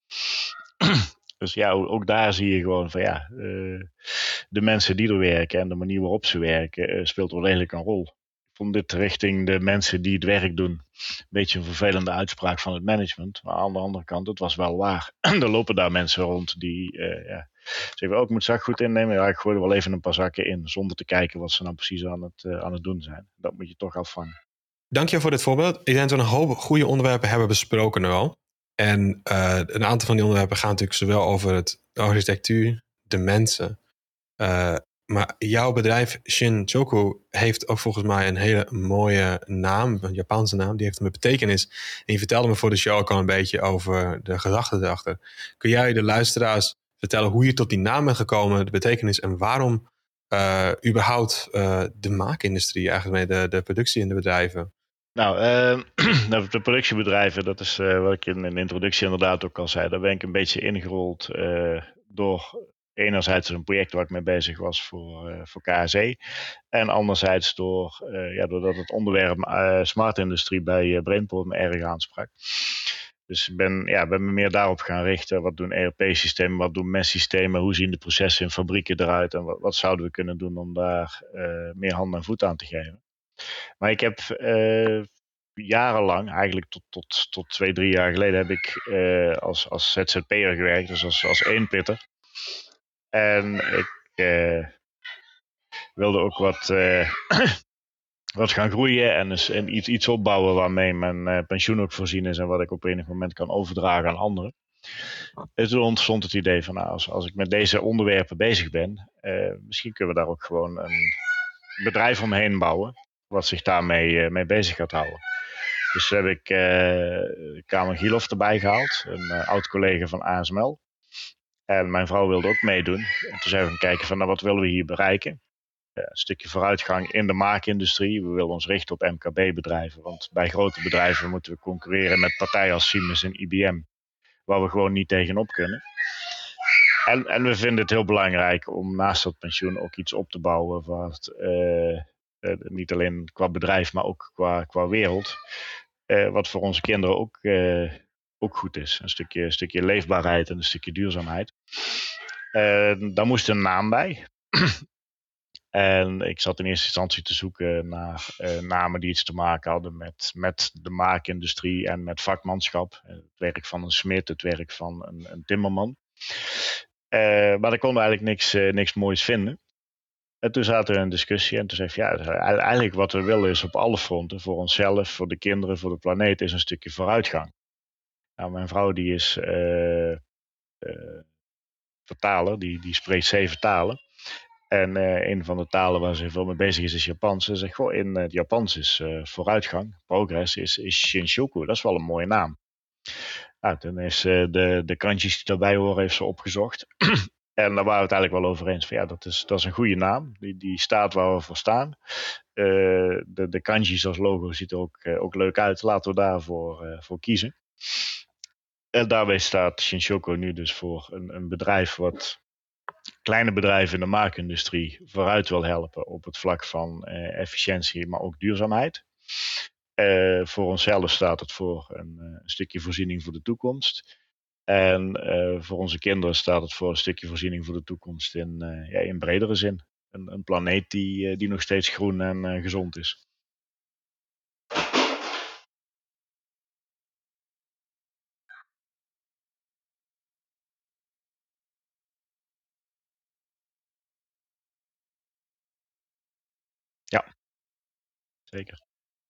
Dus ja, ook daar zie je gewoon van ja, uh, de mensen die er werken en de manier waarop ze werken uh, speelt wel degelijk een rol. Ik vond dit richting de mensen die het werk doen een beetje een vervelende uitspraak van het management. Maar aan de andere kant, het was wel waar. Er lopen daar mensen rond die uh, ja, zeggen, oh, ik moet zakgoed innemen. Ja, ik gooi er wel even een paar zakken in, zonder te kijken wat ze nou precies aan het, uh, aan het doen zijn. Dat moet je toch afvangen. Dank je voor dit voorbeeld. Ik denk dat we een hoop goede onderwerpen hebben besproken nu al. En uh, een aantal van die onderwerpen gaan natuurlijk zowel over het, de architectuur, de mensen. Uh, maar jouw bedrijf Shin-Choku heeft ook volgens mij een hele mooie naam, een Japanse naam, die heeft een betekenis. En je vertelde me voor de show ook al een beetje over de gedachten erachter. Kun jij de luisteraars vertellen hoe je tot die naam bent gekomen, de betekenis en waarom uh, überhaupt uh, de maakindustrie, eigenlijk mee de, de productie in de bedrijven? Nou, uh, de productiebedrijven, dat is uh, wat ik in, in de introductie inderdaad ook al zei. Daar ben ik een beetje ingerold uh, door enerzijds een project waar ik mee bezig was voor, uh, voor K S E. En anderzijds door, uh, ja, doordat het onderwerp uh, smart industrie bij uh, Brainport me erg aansprak. Dus ik ben, ja, ben me meer daarop gaan richten. Wat doen E R P-systemen, wat doen M E S-systemen, hoe zien de processen in fabrieken eruit en wat, wat zouden we kunnen doen om daar uh, meer hand en voet aan te geven. Maar ik heb uh, jarenlang, eigenlijk tot, tot, tot twee, drie jaar geleden, heb ik uh, als, als Z Z P'er gewerkt, dus als, als eenpitter. En ik uh, wilde ook wat, uh, wat gaan groeien en, dus, en iets, iets opbouwen waarmee mijn uh, pensioen ook voorzien is en wat ik op enig moment kan overdragen aan anderen. En toen ontstond het idee van, nou, als, als ik met deze onderwerpen bezig ben, uh, misschien kunnen we daar ook gewoon een bedrijf omheen bouwen, wat zich daarmee uh, mee bezig gaat houden. Dus toen heb ik uh, Kamer Gielhoff erbij gehaald, een uh, oud collega van A S M L. En mijn vrouw wilde ook meedoen. En toen zijn we gaan kijken van, nou, wat willen we hier bereiken? Uh, een stukje vooruitgang in de maakindustrie. We willen ons richten op M K B-bedrijven. Want bij grote bedrijven moeten we concurreren met partijen als Siemens en I B M. Waar we gewoon niet tegenop kunnen. En, en we vinden het heel belangrijk om naast dat pensioen ook iets op te bouwen. Wat uh, uh, niet alleen qua bedrijf, maar ook qua, qua wereld. Uh, wat voor onze kinderen ook... Uh, ook goed is. Een stukje, een stukje leefbaarheid en een stukje duurzaamheid. Uh, daar moest een naam bij. En ik zat in eerste instantie te zoeken naar uh, namen die iets te maken hadden met, met de maakindustrie en met vakmanschap. Uh, het werk van een smid, het werk van een, een timmerman. Uh, maar daar konden we eigenlijk niks, uh, niks moois vinden. En toen zaten we in een discussie en toen zei ik, ja, eigenlijk wat we willen is op alle fronten, voor onszelf, voor de kinderen, voor de planeet, is een stukje vooruitgang. Nou, mijn vrouw die is uh, uh, vertaler, die, die spreekt zeven talen. En uh, een van de talen waar ze veel mee bezig is, is Japans. Ze zegt, goh, in het Japans is uh, vooruitgang, progress, is, is Shin-Choku. Dat is wel een mooie naam. Nou, toen is uh, de, de kantjes die daarbij horen, heeft ze opgezocht. En daar waren we het eigenlijk wel over eens. Van, ja, dat is, dat is een goede naam. Die, die staat waar we voor staan. Uh, de, de kanji's als logo ziet er ook, uh, ook leuk uit. Laten we daarvoor uh, voor kiezen. En daarbij staat Shinshoko nu dus voor een, een bedrijf wat kleine bedrijven in de maakindustrie vooruit wil helpen op het vlak van uh, efficiëntie, maar ook duurzaamheid. Uh, voor onszelf staat het voor een, uh, een stukje voorziening voor de toekomst. En uh, voor onze kinderen staat het voor een stukje voorziening voor de toekomst in, uh, ja, in bredere zin. Een, een planeet die, uh, die nog steeds groen en uh, gezond is. Ja, zeker.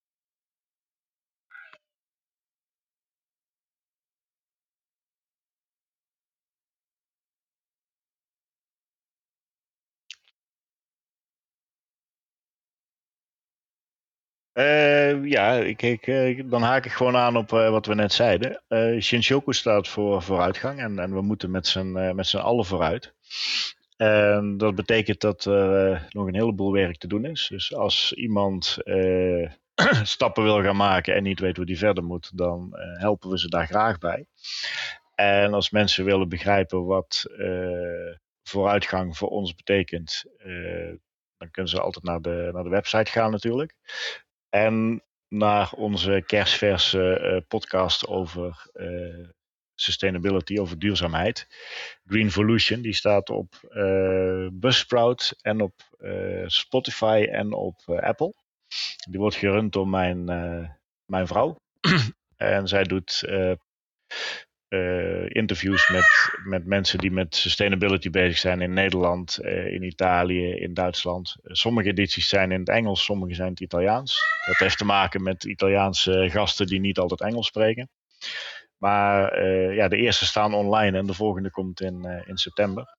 Uh, ja, ik, ik, uh, dan haak ik gewoon aan op uh, wat we net zeiden. Uh, Shinshoku staat voor vooruitgang en, en we moeten met z'n, uh, met z'n allen vooruit. En dat betekent dat er uh, nog een heleboel werk te doen is. Dus als iemand uh, stappen wil gaan maken en niet weet hoe die verder moet, dan uh, helpen we ze daar graag bij. En als mensen willen begrijpen wat uh, vooruitgang voor ons betekent, uh, dan kunnen ze altijd naar de, naar de website gaan natuurlijk. En naar onze kerstverse uh, podcast over uh, sustainability, over duurzaamheid. Greenvolution, die staat op uh, Buzzsprout en op uh, Spotify en op uh, Apple. Die wordt gerund door mijn, uh, mijn vrouw. En zij doet uh, uh, interviews met, met mensen die met sustainability bezig zijn in Nederland, uh, in Italië, in Duitsland. Uh, sommige edities zijn in het Engels, sommige zijn in het Italiaans. Dat heeft te maken met Italiaanse gasten die niet altijd Engels spreken. Maar uh, ja, de eerste staan online en de volgende komt in, uh, in september.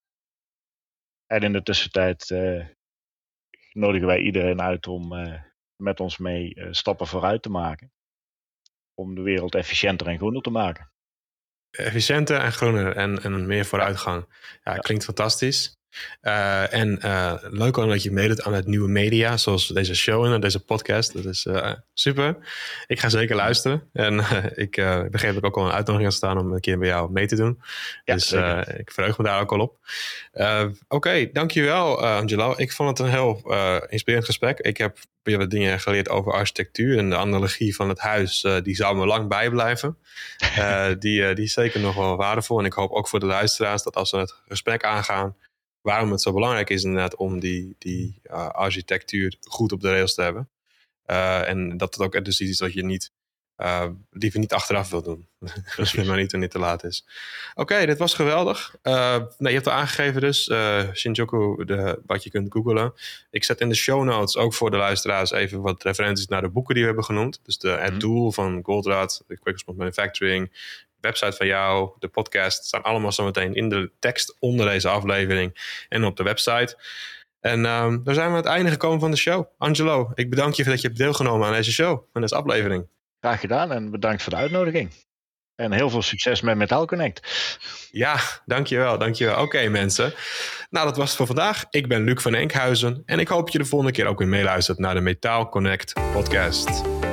En in de tussentijd uh, nodigen wij iedereen uit om uh, met ons mee uh, stappen vooruit te maken. Om de wereld efficiënter en groener te maken. Efficiënter en groener en, en meer vooruitgang. Ja, ja. Klinkt fantastisch. Uh, en uh, leuk ook dat je meedoet aan het nieuwe media, zoals deze show en deze podcast. Dat is uh, super. Ik ga zeker luisteren. En uh, ik uh, begreep dat ik ook al een uitnodiging had staan om een keer bij jou mee te doen. Ja, dus uh, ik verheug me daar ook al op. Uh, Oké, okay, dankjewel uh, Angelo. Ik vond het een heel uh, inspirerend gesprek. Ik heb weer wat dingen geleerd over architectuur en de analogie van het huis. Uh, die zou me lang bijblijven. Uh, die, uh, die is zeker nog wel waardevol. En ik hoop ook voor de luisteraars dat als we het gesprek aangaan, waarom het zo belangrijk is inderdaad om die, die uh, architectuur goed op de rails te hebben. Uh, en dat het ook dus iets is wat je niet, uh, liever niet achteraf wil doen. Als het maar niet wanneer het te laat is. Oké, okay, dit was geweldig. Uh, nou, je hebt al aangegeven dus, uh, Shinjuku, de, wat je kunt googlen. Ik zet in de show notes ook voor de luisteraars even wat referenties naar de boeken die we hebben genoemd. Dus de, het mm-hmm. doel van Goldraad, de Quick Response Manufacturing, website van jou, de podcast, staan allemaal zometeen in de tekst onder deze aflevering en op de website. En um, daar zijn we aan het einde gekomen van de show. Angelo, ik bedank je dat je hebt deelgenomen aan deze show, aan deze aflevering. Graag gedaan en bedankt voor de uitnodiging. En heel veel succes met Metaal Connect. Ja, dankjewel, dankjewel. Oké okay, mensen, nou dat was het voor vandaag. Ik ben Luc van Enkhuizen en ik hoop dat je de volgende keer ook weer meeluistert naar de Metaal Connect podcast.